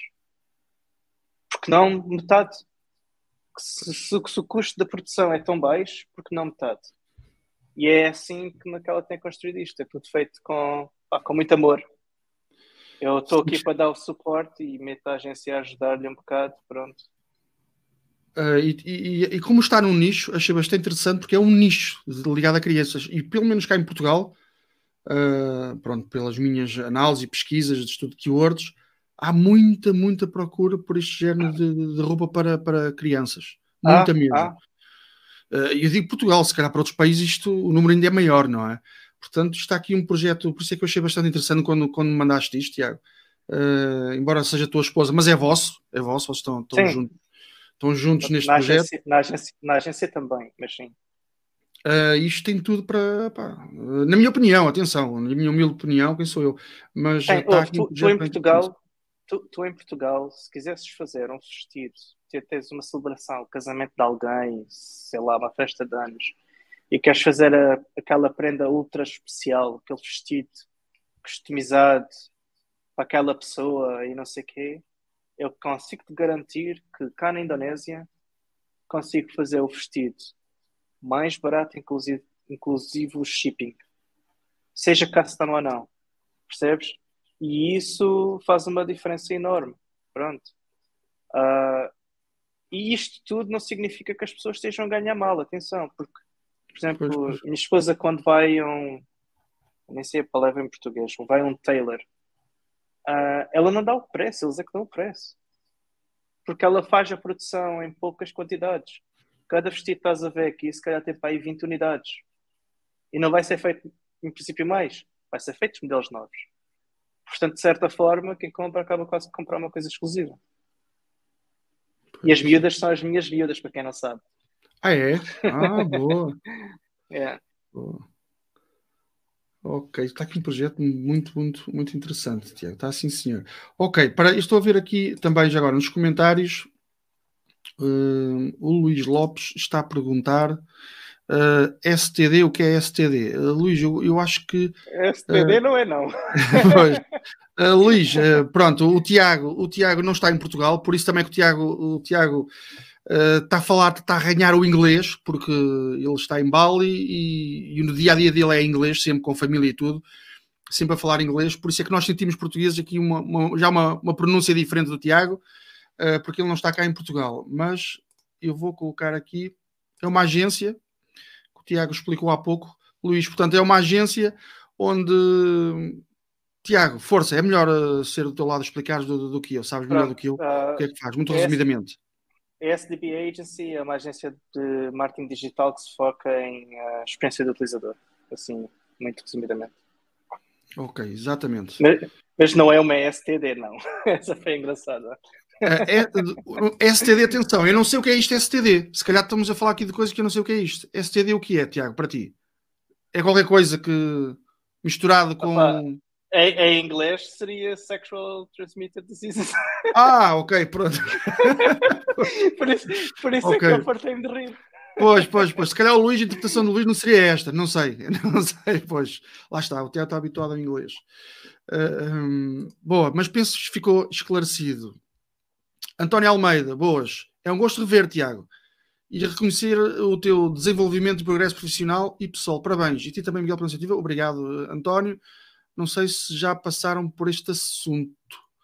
Porque não metade? Se, se, se o custo da produção é tão baixo, porque não metade? E é assim que naquela tem construído isto. É tudo feito com, pá, com muito amor. Eu estou aqui para dar o suporte e meto a agência a ajudar-lhe um bocado, pronto. Uh, e, e, e como está num nicho, achei bastante interessante, porque é um nicho ligado a crianças. E pelo menos cá em Portugal, uh, pronto, pelas minhas análises e pesquisas de estudo de keywords, há muita, muita procura por este género de, de roupa para, para crianças. Muita Ah, mesmo. ah. Uh, eu digo Portugal, se calhar para outros países isto, o número ainda é maior, não é? Portanto, está aqui um projeto, por isso é que eu achei bastante interessante quando, quando me mandaste isto, Tiago. Uh, embora seja a tua esposa, mas é vosso, é vosso, vocês estão, estão juntos. Estão juntos neste na projeto. Agência, na, agência, na agência também, mas sim. Uh, isto tem tudo para, pá, na minha opinião, atenção, na minha humilde opinião, quem sou eu? Mas Tem, está ouve, aqui um tu, tu em Portugal, tu, tu em Portugal, se quisesses fazer um vestido, tens uma celebração, casamento de alguém, sei lá, uma festa de anos, e queres fazer a, aquela prenda ultra especial, aquele vestido customizado para aquela pessoa e não sei o quê, eu consigo te garantir que cá na Indonésia consigo fazer o vestido mais barato, inclusive, inclusive o shipping, seja custom ou não, percebes? E isso faz uma diferença enorme, pronto. Uh, e isto tudo não significa que as pessoas estejam a ganhar mal, atenção, porque, por exemplo, pois, pois. minha esposa quando vai a um, nem sei a palavra em português, vai a um tailor, uh, ela não dá o preço, eles é que dão o preço. Porque ela faz a produção em poucas quantidades. Cada vestido que estás a ver aqui, se calhar tem para aí vinte unidades. E não vai ser feito, em princípio, mais. Vai ser feito modelos novos. Portanto, de certa forma, quem compra acaba quase de comprar uma coisa exclusiva. Pois, e as miúdas são as minhas miúdas, para quem não sabe. Ah, é? Ah, boa. É. Boa. Ok, está aqui um projeto muito, muito, muito interessante, Tiago. Está assim, senhor. Ok, para, estou a ver aqui também já agora nos comentários. Uh, o Luís Lopes está a perguntar uh, S T D, o que é S T D? Uh, Luís, eu, eu acho que S T D uh, não é não. Pois. Uh, Luís, uh, pronto, o Tiago, o Tiago não está em Portugal, por isso também que o Tiago, o Tiago uh, está a falar, está a arranhar o inglês, porque ele está em Bali e, e no dia a dia dele é inglês, sempre com família e tudo, sempre a falar inglês, por isso é que nós sentimos portugueses aqui uma, uma, já uma, uma pronúncia diferente do Tiago, uh, porque ele não está cá em Portugal. Mas eu vou colocar aqui, é uma agência, que o Tiago explicou há pouco, Luís, portanto, é uma agência onde. Tiago, força, é melhor uh, ser do teu lado explicares do, do, do que eu, sabes melhor do que eu uh, o que é que faz, muito resumidamente. A S D B Agency é uma agência de marketing digital que se foca em uh, experiência do utilizador, assim, muito resumidamente. Ok, exatamente. Mas, mas não é uma S T D, não. Essa foi engraçada. Uh, é, S T D, atenção, eu não sei o que é isto S T D. Se calhar estamos a falar aqui de coisas que eu não sei o que é isto. S T D o que é, Tiago, para ti? É qualquer coisa que misturado com... Opa. Em, em inglês seria Sexual Transmitted Diseases. Ah, ok, pronto. por isso, por isso okay. é que eu partei-me de rir. Pois, pois, pois. Se calhar o Luís, a interpretação do Luís não seria esta, não sei. Não sei, pois. Lá está, o Tiago está habituado ao inglês. Uh, um, boa, mas penso que ficou esclarecido. António Almeida, boas. É um gosto rever, Tiago. E reconhecer o teu desenvolvimento e progresso profissional e pessoal. Parabéns. E ti também, Miguel, pela iniciativa. Obrigado, António. Não sei se já passaram por este assunto.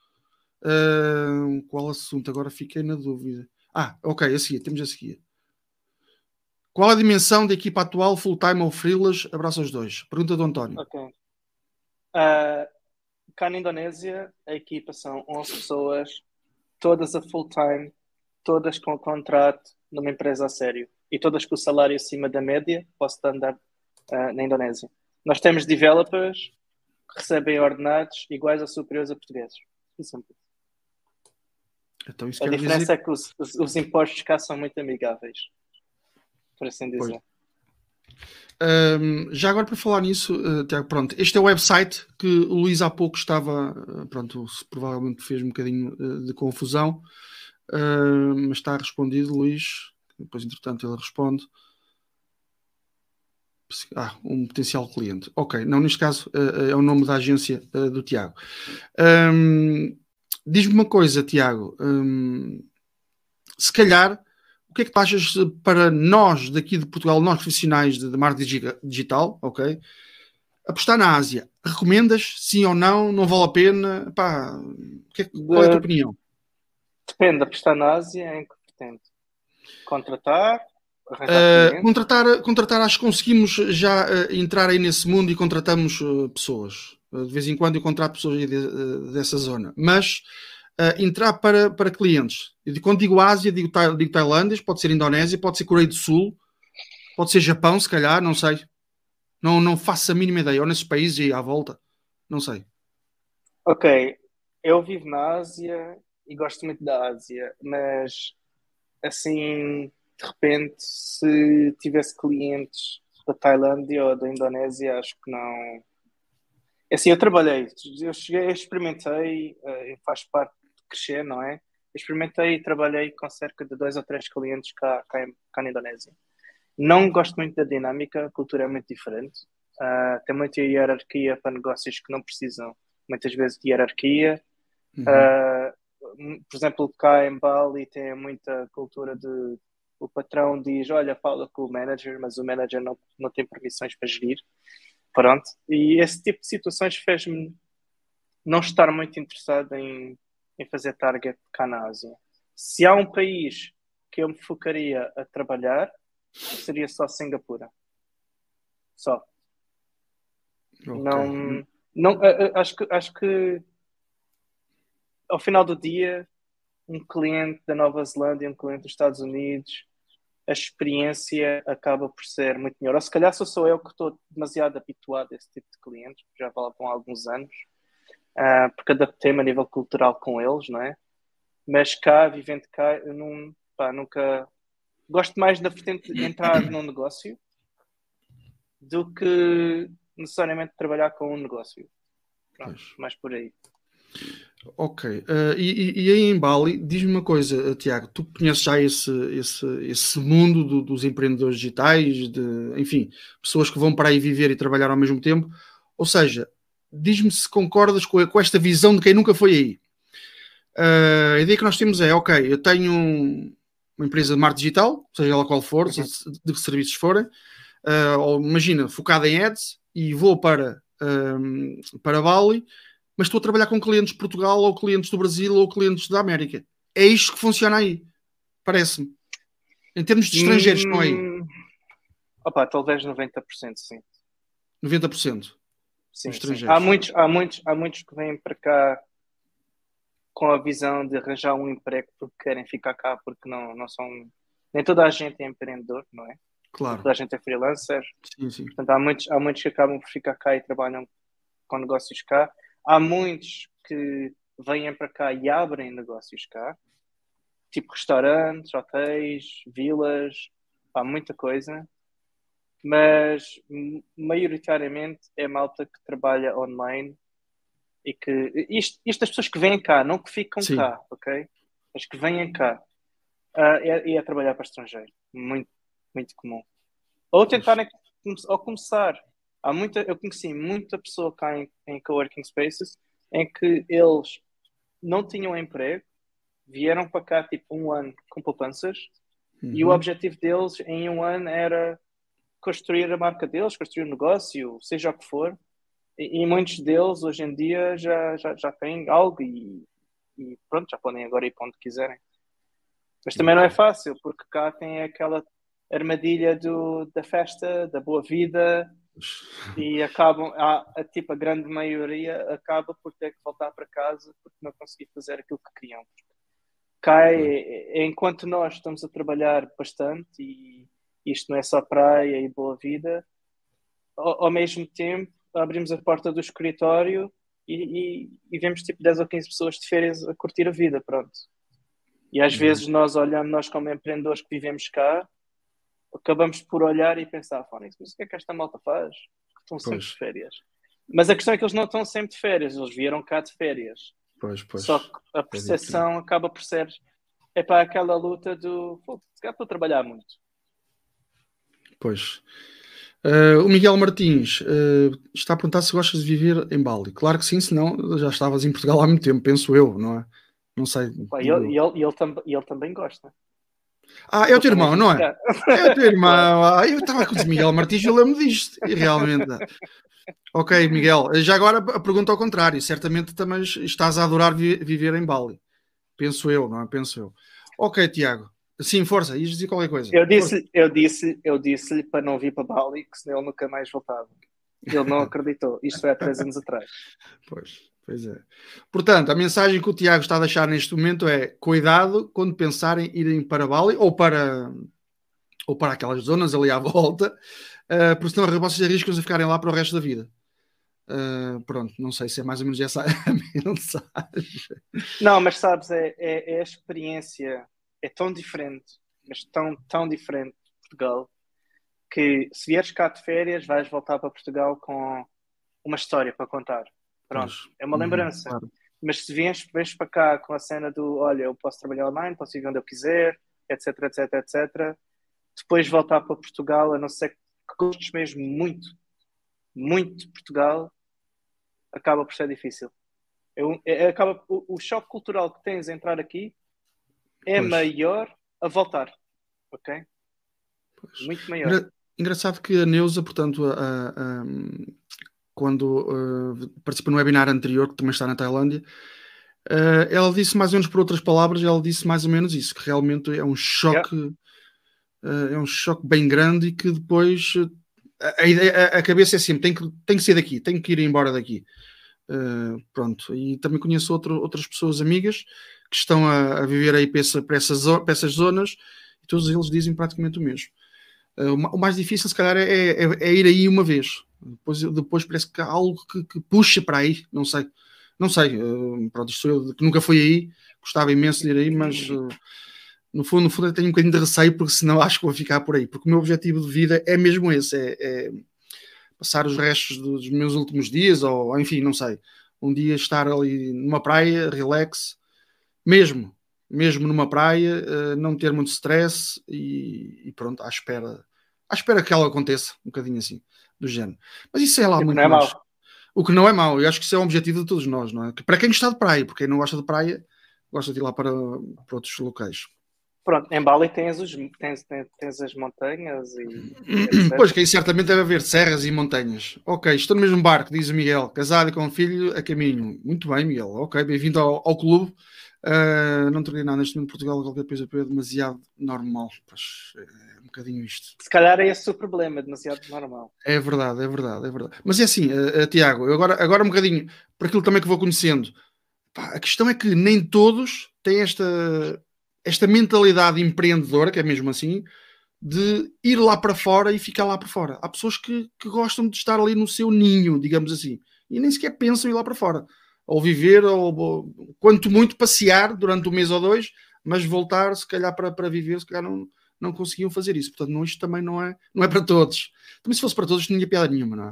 Uh, qual assunto? Agora fiquei na dúvida. Ah, ok, a seguir, temos a seguir. Qual a dimensão da equipa atual, full-time ou freelance? Abraço aos dois. Pergunta do António. Ok. Uh, cá na Indonésia, a equipa são onze pessoas, todas a full-time, todas com contrato numa empresa a sério e todas com o salário acima da média para o standard uh, na Indonésia. Nós temos developers que recebem ordenados iguais ou superiores a portugueses. Isso então, isso a quer diferença dizer... é que os, os, os impostos cá são muito amigáveis, por assim dizer. Um, já agora para falar nisso, uh, Tiago, pronto, este é o website que o Luís há pouco estava, uh, pronto, provavelmente fez um bocadinho uh, de confusão, uh, mas está respondido, Luís. Depois, entretanto, ele responde. Ah, um potencial cliente. Ok, não, neste caso uh, é o nome da agência uh, do Tiago. Um, diz-me uma coisa, Tiago. Hum, se calhar, o que é que tu achas para nós daqui de Portugal, nós profissionais de, de marketing digital, ok? Apostar na Ásia, recomendas? Sim ou não? Não vale a pena? Pá, que é, qual é a tua De, opinião? depende, apostar na Ásia em que pretende contratar, arranjar Uh, clientes. contratar, contratar, acho que conseguimos já uh, entrar aí nesse mundo e contratamos uh, pessoas. Uh, de vez em quando eu contrato pessoas aí de, uh, dessa zona. Mas uh, entrar para, para clientes. E quando digo Ásia, digo, digo Tailândia, pode ser Indonésia, pode ser Coreia do Sul, pode ser Japão, se calhar, não sei. Não, não faço a mínima ideia. Ou nesses países aí à volta, não sei. Ok, eu vivo na Ásia e gosto muito da Ásia, mas assim, de repente, se tivesse clientes da Tailândia ou da Indonésia, acho que não. É assim, eu trabalhei, eu cheguei, eu experimentei, eh, faz parte de crescer, não é? Eu experimentei e trabalhei com cerca de dois ou três clientes cá, cá, em- cá na Indonésia. Não gosto muito da dinâmica, a cultura é muito diferente. Ah, tem muita hierarquia para negócios que não precisam, muitas vezes, de hierarquia. Uhum. Uh, por exemplo, cá em Bali tem muita cultura de o patrão diz, olha, fala com o manager, mas o manager não, não tem permissões para gerir. Pronto. E esse tipo de situações fez-me não estar muito interessado em, em fazer target cá na Ásia. Se há um país que eu me focaria a trabalhar, seria só Singapura. Só. Ok. Não, não, a- a- acho que, acho que ao final do dia um cliente da Nova Zelândia e um cliente dos Estados Unidos, a experiência acaba por ser muito melhor. Ou se calhar só sou eu que estou demasiado habituado a esse tipo de clientes, já vão há alguns anos, uh, porque adaptei-me a nível cultural com eles, não é? Mas cá, vivendo cá, eu não, pá, nunca... Gosto mais da vertente de entrar num negócio do que necessariamente trabalhar com um negócio. Pronto, Pois. mais por aí. Ok. Uh, e, e- e aí em Bali, diz-me uma coisa, uh, Tiago, tu conheces já esse, esse, esse mundo do- dos empreendedores digitais, de, enfim, pessoas que vão para aí viver e trabalhar ao mesmo tempo. Ou seja, diz-me se concordas com, com esta visão de quem nunca foi aí. Uh, a ideia que nós temos é, ok, eu tenho um- uma empresa de marketing digital, seja ela qual for, Uhum. de que serviços forem, uh, ou imagina, focada em ads, e vou para, um, para Bali, mas estou a trabalhar com clientes de Portugal, ou clientes do Brasil, ou clientes da América. É isto que funciona aí, parece-me. Em termos de estrangeiros que estão aí, Hum, opa, talvez noventa por cento sim. noventa por cento dos Sim, sim. Há estrangeiros. muitos, há muitos, há muitos que vêm para cá com a visão de arranjar um emprego porque querem ficar cá, porque não, não são. Nem toda a gente é empreendedor, não é? Nem Claro. toda a gente é freelancer. Sim, sim. Portanto, há muitos, há muitos que acabam por ficar cá e trabalham com negócios cá. Há muitos que vêm para cá e abrem negócios cá, tipo restaurantes, hotéis, vilas, há muita coisa. Mas maioritariamente é malta que trabalha online e que isto, isto as pessoas que vêm cá, não que ficam Sim. cá, ok? As que vêm cá uh, é, é trabalhar para estrangeiro, muito, muito comum. Ou Pois. tentarem ou começar. Há muita, eu conheci muita pessoa cá em, em coworking spaces em que eles não tinham emprego, vieram para cá tipo um ano com poupanças e o Uhum. objetivo deles em um ano era construir a marca deles, construir um negócio, seja o que for. E, e muitos deles hoje em dia já, já, já têm algo e, e pronto, já podem agora ir para onde quiserem. Mas também não Ok. é fácil, porque cá tem aquela armadilha do, da festa, da boa vida, e acabam, a, a, tipo, a grande maioria acaba por ter que voltar para casa porque não conseguiu fazer aquilo que queriam. Cá, Pois. é, é, enquanto nós estamos a trabalhar bastante, e isto não é só praia e boa vida, ao, ao mesmo tempo abrimos a porta do escritório e, e, e vemos tipo dez ou quinze pessoas de férias a curtir a vida, pronto. E às Uhum. vezes nós olhando, nós como empreendedores que vivemos cá, acabamos por olhar e pensar, Fónix, mas o que é que esta malta faz? Que estão sempre de Pois. férias. Mas a questão é que eles não estão sempre de férias, eles vieram cá de férias. Pois, pois. Só que a É diferente. percepção acaba por ser, é para aquela luta do, pô, se calhar estou a trabalhar muito. Pois. Uh, o Miguel Martins uh, está a perguntar se gostas de viver em Bali. Claro que sim, senão já estavas em Portugal há muito tempo, penso eu, não é? Não sei. Pá, e ele, ele, ele, tam, ele também gosta. Ah, é o teu irmão, não é? É o teu irmão. Claro. Ah, eu estava com o Miguel Martins, eu lembro disto. E realmente. Ok, Miguel. Já agora a pergunta ao contrário. Certamente também estás a adorar vi viver em Bali. Penso eu, não é? Penso eu. Ok, Tiago. Sim, força. Ias dizer qualquer coisa. Eu disse, eu disse, eu disse-lhe para não vir para Bali, que senão ele nunca mais voltava. Ele não acreditou. Isto foi há três anos atrás. Pois, pois é. Portanto, a mensagem que o Tiago está a deixar neste momento é: cuidado quando pensarem irem para Bali ou para, ou para aquelas zonas ali à volta, uh, porque senão vocês arriscam-se a ficarem lá para o resto da vida. Uh, pronto, não sei se é mais ou menos essa a mensagem. Não, mas sabes, é, é, é a experiência, é tão diferente, mas tão, tão diferente de Portugal, que se vieres cá de férias, vais voltar para Portugal com uma história para contar. Pronto, pois, é uma lembrança. Hum, claro. Mas se viens, vens para cá com a cena do, olha, eu posso trabalhar online, posso ir onde eu quiser, etc, etc, etcétera. Depois voltar para Portugal, a não ser que gostes mesmo muito, muito de Portugal, acaba por ser difícil. Eu, é, acaba, o, o choque cultural que tens a entrar aqui é pois. maior a voltar, ok? Pois. Muito maior. Engra, engraçado que a Neuza, portanto, a, a, a, quando uh, participou no webinar anterior, que também está na Tailândia, uh, ela disse mais ou menos, por outras palavras, ela disse mais ou menos isso, que realmente é um choque, yeah. uh, é um choque bem grande e que depois uh, a, a, a cabeça é sempre, tem que, tem que ser daqui, tem que ir embora daqui. Uh, pronto, e também conheço outro, outras pessoas amigas que estão a, a viver aí para, essa, para, essas, para essas zonas e todos eles dizem praticamente o mesmo. Uh, o mais difícil se calhar é, é, é ir aí uma vez, depois, depois parece que há algo que, que puxa para aí, não sei, não sei, uh, pronto, isto eu que nunca fui aí, gostava imenso de ir aí, mas uh, no fundo, no fundo eu tenho um bocadinho de receio porque senão acho que vou ficar por aí, porque o meu objetivo de vida é mesmo esse, é, é passar os restos dos meus últimos dias, ou enfim, não sei, um dia estar ali numa praia, relax, mesmo, mesmo numa praia, uh, não ter muito stress e, e pronto, à espera, à espera que ela aconteça, um bocadinho assim, do género. Mas isso é lá muito é mais. Mau. O que não é mau, eu acho que isso é o objetivo de todos nós, não é? Para quem gosta de praia, porque quem não gosta de praia, gosta de ir lá para, para outros locais. Pronto, em Bali tens, os, tens, tens, tens as montanhas e etcétera. Pois, que aí certamente deve haver serras e montanhas. Ok, estou no mesmo barco, diz o Miguel, casado e com um filho a caminho. Muito bem, Miguel. Ok, bem-vindo ao, ao clube. Uh, não teria nada neste momento de Portugal, qualquer coisa é demasiado normal. Pois, é um bocadinho isto. Se calhar é esse o problema, demasiado normal. É verdade, é verdade, é verdade. Mas é assim, uh, uh, Tiago, eu agora, agora um bocadinho, por aquilo também que vou conhecendo, pá, a questão é que nem todos têm esta... esta mentalidade empreendedora, que é mesmo assim, de ir lá para fora e ficar lá para fora. Há pessoas que, que gostam de estar ali no seu ninho, digamos assim, e nem sequer pensam em ir lá para fora. Ou viver, ou, ou quanto muito passear durante um mês ou dois, mas voltar, se calhar, para, para viver, se calhar não, não conseguiam fazer isso. Portanto, não, isto também não é, não é para todos. Também se fosse para todos, não tinha piada nenhuma, não é?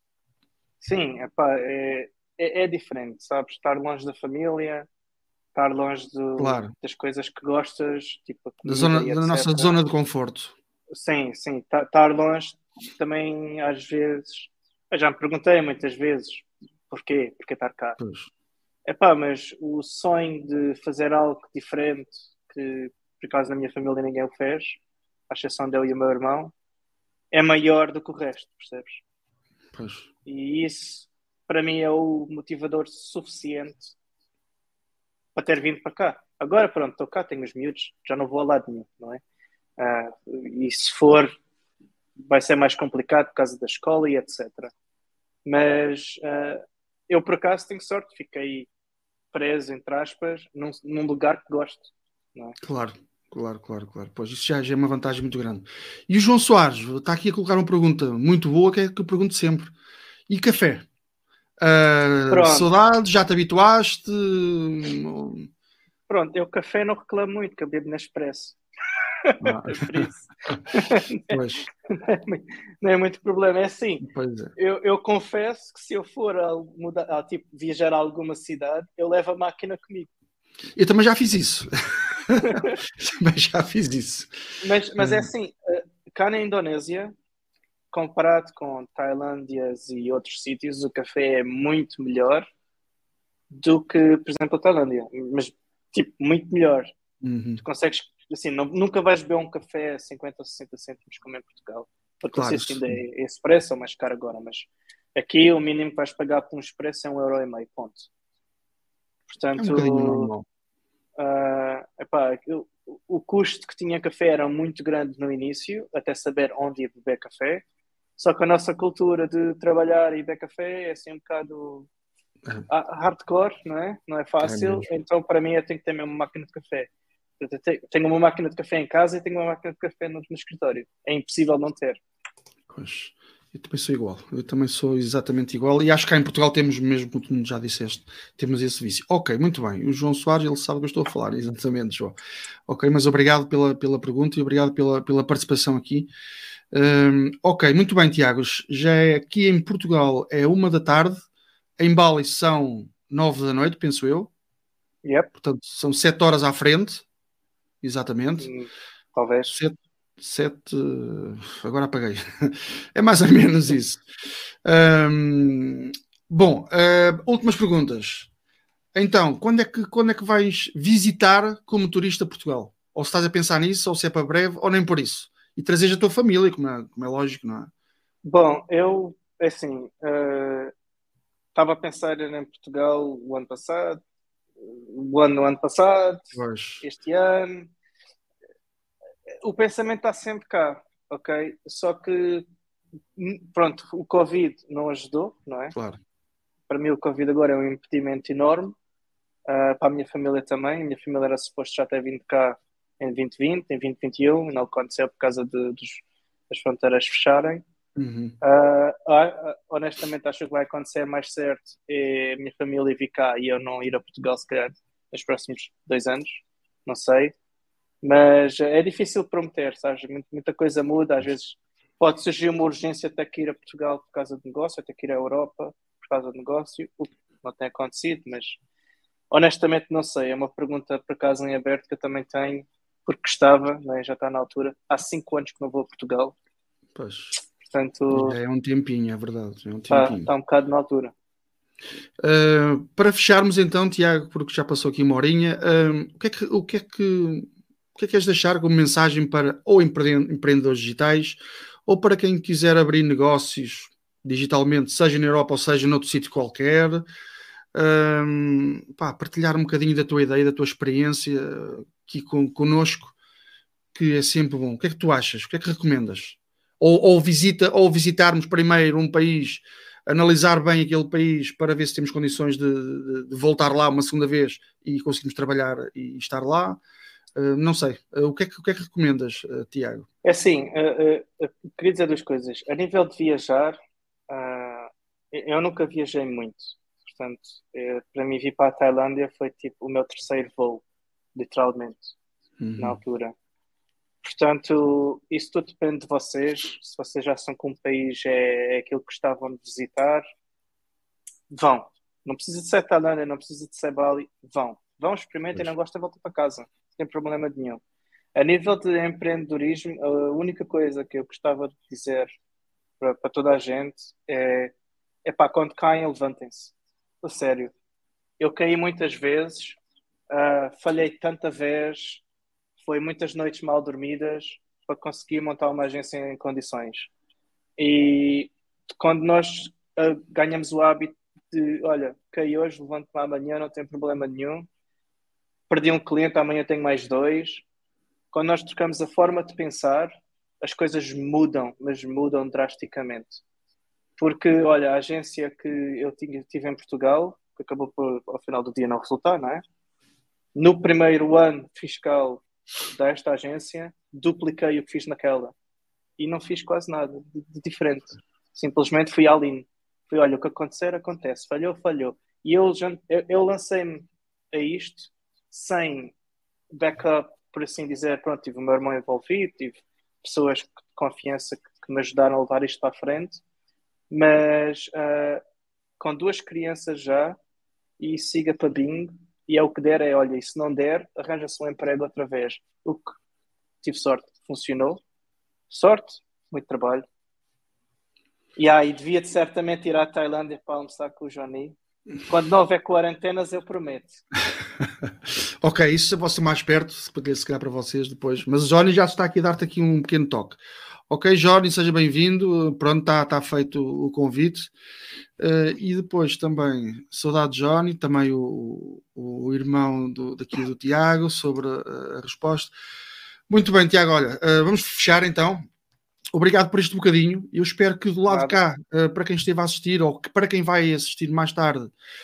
Sim, epá, é, é, é diferente, sabes? Estar longe da família, estar longe do, claro. das coisas que gostas, tipo a comida, da, zona, e da nossa zona de conforto. Sim, sim, estar longe também às vezes, eu já me perguntei muitas vezes porquê, porquê estar cá. Pois. Epá, mas o sonho de fazer algo diferente, que por acaso na minha família ninguém o fez, à exceção de eu e o meu irmão, é maior do que o resto, percebes? Pois. E isso para mim é o motivador suficiente para ter vindo para cá. Agora pronto, estou cá, tenho os miúdos, já não vou a lado nenhum, não é? Uh, e se for, vai ser mais complicado por causa da escola e etcétera. Mas uh, eu, por acaso, tenho sorte. Fiquei preso, entre aspas, num, num lugar que gosto. Não é? Claro, claro, claro, claro. Pois isso já, já é uma vantagem muito grande. E o João Soares está aqui a colocar uma pergunta muito boa, que é que eu pergunto sempre. E café? Uh, saudades? Já te habituaste? Pronto, eu café não reclamo muito, que eu bebo Nespresso. Ah. Por isso. Pois. Não, é, não é muito problema. É assim, é. Eu, eu confesso que se eu for a, mudar, a tipo, viajar a alguma cidade, eu levo a máquina comigo. Eu também já fiz isso. Também já fiz isso. Mas, mas é assim, cá na Indonésia, comparado com Tailândias e outros sítios, o café é muito melhor do que, por exemplo, a Tailândia. Mas, tipo, muito melhor. Uhum. Tu consegues, assim, não, nunca vais beber um café a cinquenta ou sessenta cêntimos como em Portugal. Porque Claro, não sei se ainda é, é expresso ou mais caro agora, mas aqui o mínimo que vais pagar por um expresso é um euro e meio, ponto. é um bocadinho Portanto, normal. uh, epá, eu, o custo que tinha café era muito grande no início, até saber onde ia beber café. Só que a nossa cultura de trabalhar e beber café é assim um bocado É, hardcore, não é? Não é é fácil. mesmo. Então, para mim, eu tenho que ter mesmo uma máquina de café. Eu te- tenho uma máquina de café em casa e tenho uma máquina de café no, no escritório. É impossível não ter. Pois, eu também sou igual. Eu também sou exatamente igual. E acho que cá em Portugal temos mesmo, como tu já disseste, temos esse vício. Ok, muito bem. O João Soares, ele sabe o que eu estou a falar, exatamente, João. Ok, mas obrigado pela, pela pergunta e obrigado pela, pela participação aqui. Hum, ok, muito bem, Tiago. Já é aqui em Portugal é uma da tarde, em Bali são nove da noite, penso eu. Yep. Portanto, são sete horas à frente, exatamente. Hum, talvez. Sete, sete, agora apaguei. É mais ou menos isso. Hum, bom, uh, últimas perguntas. Então, quando é, que, quando é que vais visitar como turista Portugal? Ou se estás a pensar nisso, ou se é para breve, ou nem por isso. E trazeres a tua família, como é, como é lógico, não é? Bom, eu, assim, eh, estava a pensar em Portugal o ano passado, o ano, o ano passado, Pois, este ano. O pensamento está sempre cá, ok? Só que, hum, pronto, o Covid não ajudou, não é? claro. Para mim, o Covid agora é um impedimento enorme. Uh, para a minha família também. A minha família era suposto já ter vindo cá em dois mil e vinte, em dois mil e vinte e um, não aconteceu por causa de, dos, das fronteiras fecharem. Uhum. Uh, uh, honestamente, acho que vai acontecer mais certo é a minha família vir cá e eu não ir a Portugal, se calhar, nos próximos dois anos. Não sei. Mas é difícil prometer, sabes? Muita coisa muda. Às vezes pode surgir uma urgência até que ir a Portugal por causa de negócio, até que ir à Europa por causa de negócio. O que não tem acontecido, mas honestamente não sei. É uma pergunta por acaso em aberto que eu também tenho, porque estava, né? Já está na altura. Há cinco anos que não vou a Portugal, Pois, portanto já é um tempinho, é verdade, já é um está, tempinho. está um bocado na altura. Uh, para fecharmos então, Tiago, porque já passou aqui uma horinha, uh, o que é que, o que é que, o que é que queres deixar como mensagem para ou empre- empreendedores digitais ou para quem quiser abrir negócios digitalmente, seja na Europa ou seja noutro sítio qualquer, um, pá, partilhar um bocadinho da tua ideia, da tua experiência aqui con connosco, que é sempre bom. O que é que tu achas? O que é que recomendas? Ou, ou, visita, ou visitarmos primeiro um país, analisar bem aquele país para ver se temos condições de, de, de voltar lá uma segunda vez e conseguirmos trabalhar e estar lá. Uh, não sei. Uh, o, que é que, o que é que recomendas, uh, Tiago? É assim, uh, uh, uh, queria dizer duas coisas. A nível de viajar, uh, eu nunca viajei muito. Portanto, eh, para mim vir para a Tailândia foi tipo o meu terceiro voo, literalmente, na Uhum. altura. Portanto, isso tudo depende de vocês. Se vocês já são com um país é, é aquilo que gostavam de visitar, vão. Não precisa de ser Tailândia, não precisa de ser Bali, vão. Vão, experimentem, Pois. não gostam, voltem para casa. Não tem problema nenhum. A nível de empreendedorismo, a única coisa que eu gostava de dizer para, para toda a gente é, é pá, quando caem, levantem-se. A sério. Eu caí muitas vezes, uh, falhei tanta vez, foi muitas noites mal dormidas para conseguir montar uma agência em condições. E quando nós uh, ganhamos o hábito de, olha, caí hoje, levanto-me amanhã, não tem problema nenhum, perdi um cliente, amanhã tenho mais dois. Quando nós trocamos a forma de pensar, as coisas mudam, mas mudam drasticamente. Porque, olha, a agência que eu tinha, tive em Portugal, que acabou por, ao final do dia não resultar, não é? No primeiro ano fiscal desta agência, dupliquei o que fiz naquela. E não fiz quase nada de, de diferente. Simplesmente fui all in. Fui, olha, o que acontecer, acontece. Falhou, falhou. E eu, já, eu, eu lancei-me a isto sem backup, por assim dizer. Pronto, tive o meu irmão envolvido, tive pessoas de confiança que, que me ajudaram a levar isto para a frente. Mas uh, com duas crianças já, e siga para bingo, e é o que der, é olha, e se não der, arranja-se um emprego outra vez. O que tive sorte, funcionou. Sorte, muito trabalho. Yeah, e devia certamente ir à Tailândia para almoçar com o Johnny. Quando não houver quarentenas, eu prometo. Ok, isso eu vou ser mais perto, se calhar para vocês depois. Mas o Johnny já está aqui a dar-te aqui um pequeno toque. Ok, Johnny, seja bem-vindo. Pronto, está, está feito o convite. Uh, e depois também, saudade de Johnny, também o, o irmão do, daqui do Tiago, sobre a, a resposta. Muito bem, Tiago, olha, uh, vamos fechar então. Obrigado por este bocadinho. Eu espero que do lado de cá, uh, para quem esteve a assistir, ou que para quem vai assistir mais tarde,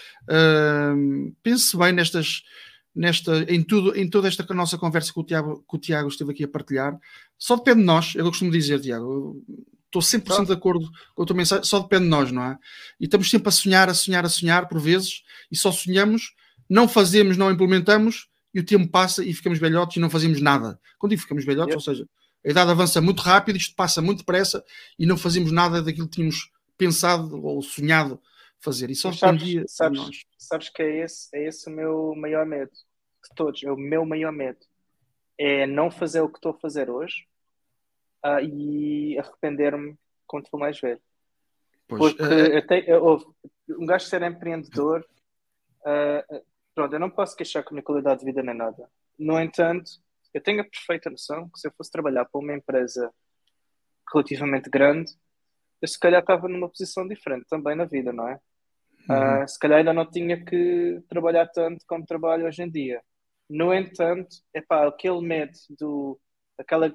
uh, pense bem nestas, nesta, em, tudo, em toda esta nossa conversa que o, Tiago, que o Tiago esteve aqui a partilhar. Só depende de nós, é o que eu costumo dizer, Tiago. Estou cem por cento de acordo com a tua mensagem, só depende de nós, não é? E estamos sempre a sonhar, a sonhar, a sonhar, por vezes, e só sonhamos, não fazemos, não implementamos, e o tempo passa e ficamos velhotes e não fazemos nada. Quando digo ficamos velhotes, yep. Ou seja, a idade avança muito rápido, isto passa muito depressa e não fazemos nada daquilo que tínhamos pensado ou sonhado fazer. E só dependia sabes, de nós. Sabes que é esse, é esse o meu maior medo de todos. É o meu maior medo. É não fazer o que estou a fazer hoje uh, e arrepender-me quando for mais velho. Pois, Porque é... eu tenho, eu, um gajo ser empreendedor, uh, pronto, eu não posso queixar com a minha qualidade de vida nem nada. No entanto, eu tenho a perfeita noção que se eu fosse trabalhar para uma empresa relativamente grande, eu se calhar estava numa posição diferente também na vida, não é? Uhum. Uh, se calhar ainda não tinha que trabalhar tanto como trabalho hoje em dia. No entanto, epá, aquele medo do aquela,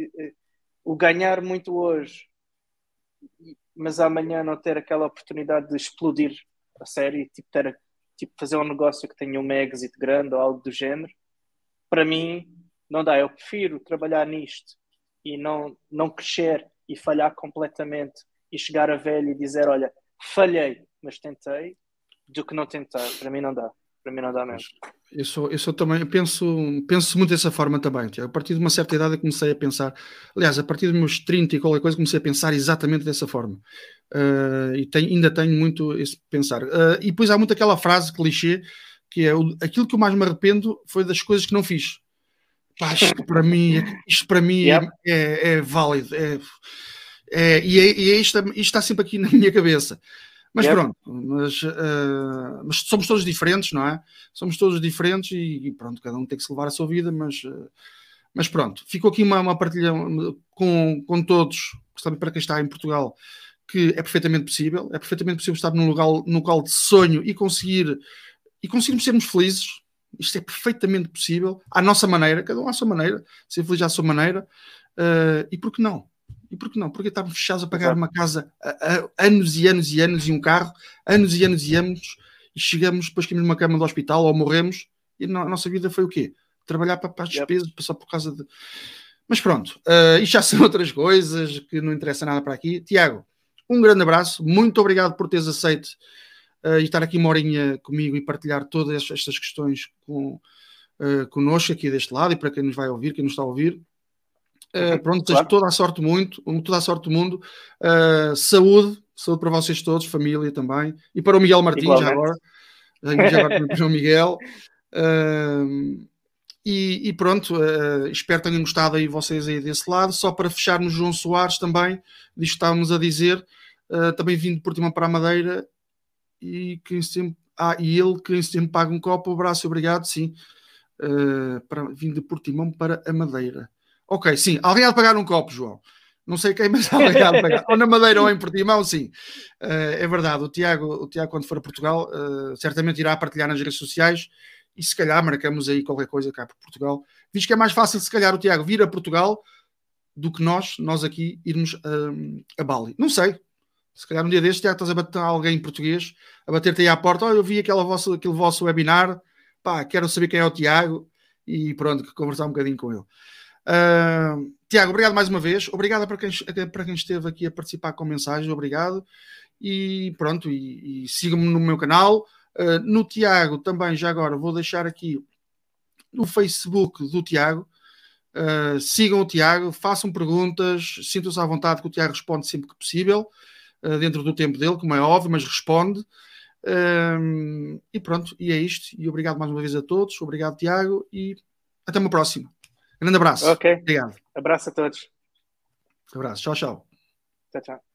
o ganhar muito hoje, mas amanhã não ter aquela oportunidade de explodir a sério e tipo, ter, tipo, fazer um negócio que tenha um exit grande ou algo do género, para mim não dá. Eu prefiro trabalhar nisto e não, não crescer e falhar completamente e chegar a velho e dizer, olha, falhei, mas tentei, do que não tentar. Para mim não dá. Para mim não dá mesmo. Eu, sou, eu sou também, eu penso, penso muito dessa forma também. A partir de uma certa idade eu comecei a pensar, aliás, a partir dos meus trinta e qualquer coisa, comecei a pensar exatamente dessa forma. Uh, e tenho, ainda tenho muito esse pensar. Uh, e depois há muito aquela frase clichê, que é, o, aquilo que eu mais me arrependo foi das coisas que não fiz. Pá, isto para mim, isto para mim yep. é, é, é válido. É, é, e é, e é isto, isto está sempre aqui na minha cabeça. Mas yep. pronto, mas, uh, mas somos todos diferentes, não é? Somos todos diferentes e, e pronto, cada um tem que se levar a sua vida, mas, uh, mas pronto, ficou aqui uma, uma partilha com, com todos, para quem está em Portugal, que é perfeitamente possível, é perfeitamente possível estar num lugar, num local de sonho e conseguir, e conseguirmos sermos felizes. Isto é perfeitamente possível, à nossa maneira, cada um à sua maneira, ser feliz à sua maneira, uh, e por que não? E por que não? Porque estávamos fechados a pagar Exato. Uma casa a, a, anos e anos e anos e um carro, anos e anos e anos, e chegamos, depois caímos numa cama do hospital ou morremos, e a nossa vida foi o quê? Trabalhar para, para as despesas, yep. só por causa de... Mas pronto, uh, isto já são outras coisas que não interessa nada para aqui. Tiago, um grande abraço, muito obrigado por teres aceito uh, e estar aqui uma horinha comigo e partilhar todas estas questões com, uh, connosco aqui deste lado e para quem nos vai ouvir, quem nos está a ouvir. Uh, pronto, claro. Toda a sorte muito, toda a sorte do mundo, uh, saúde, saúde para vocês todos, família também, e para o Miguel Martins, Igualmente. já agora, uh, já agora para o Miguel, uh, e, e pronto, uh, espero que tenham gostado aí vocês aí desse lado. Só para fecharmos, João Soares também, disto estávamos a dizer, uh, também vindo de Portimão para a Madeira, e que sempre, ah, e ele que sempre paga um copo, um abraço, obrigado, sim, uh, para, vindo de Portimão para a Madeira. Ok, sim. Alguém há de pagar um copo, João. Não sei quem, mas alguém há de pagar. Ou na Madeira ou em Portimão, sim. Uh, é verdade. O Tiago, o Tiago, quando for a Portugal, uh, certamente irá partilhar nas redes sociais e se calhar marcamos aí qualquer coisa cá para Portugal. Visto que é mais fácil, se calhar, o Tiago vir a Portugal do que nós, nós aqui, irmos uh, a Bali. Não sei. Se calhar um dia destes, Tiago, estás a bater alguém em português, a bater-te aí à porta. Oh, eu vi aquela vossa, aquele vosso webinar. Pá, quero saber quem é o Tiago. E pronto, que conversar um bocadinho com ele. Uh, Tiago, obrigado mais uma vez, obrigado para quem, para quem esteve aqui a participar com mensagens, obrigado e pronto, e, e sigam-me no meu canal, uh, no Tiago também, já agora vou deixar aqui no Facebook do Tiago, uh, sigam o Tiago, façam perguntas, sintam-se à vontade que o Tiago responde sempre que possível, uh, dentro do tempo dele, como é óbvio, mas responde. Uh, e pronto, e é isto, e obrigado mais uma vez a todos, obrigado Tiago e até uma próxima. Grande abraço. Ok. Obrigado. Abraço a todos. Abraço. Tchau, tchau. Tchau, tchau.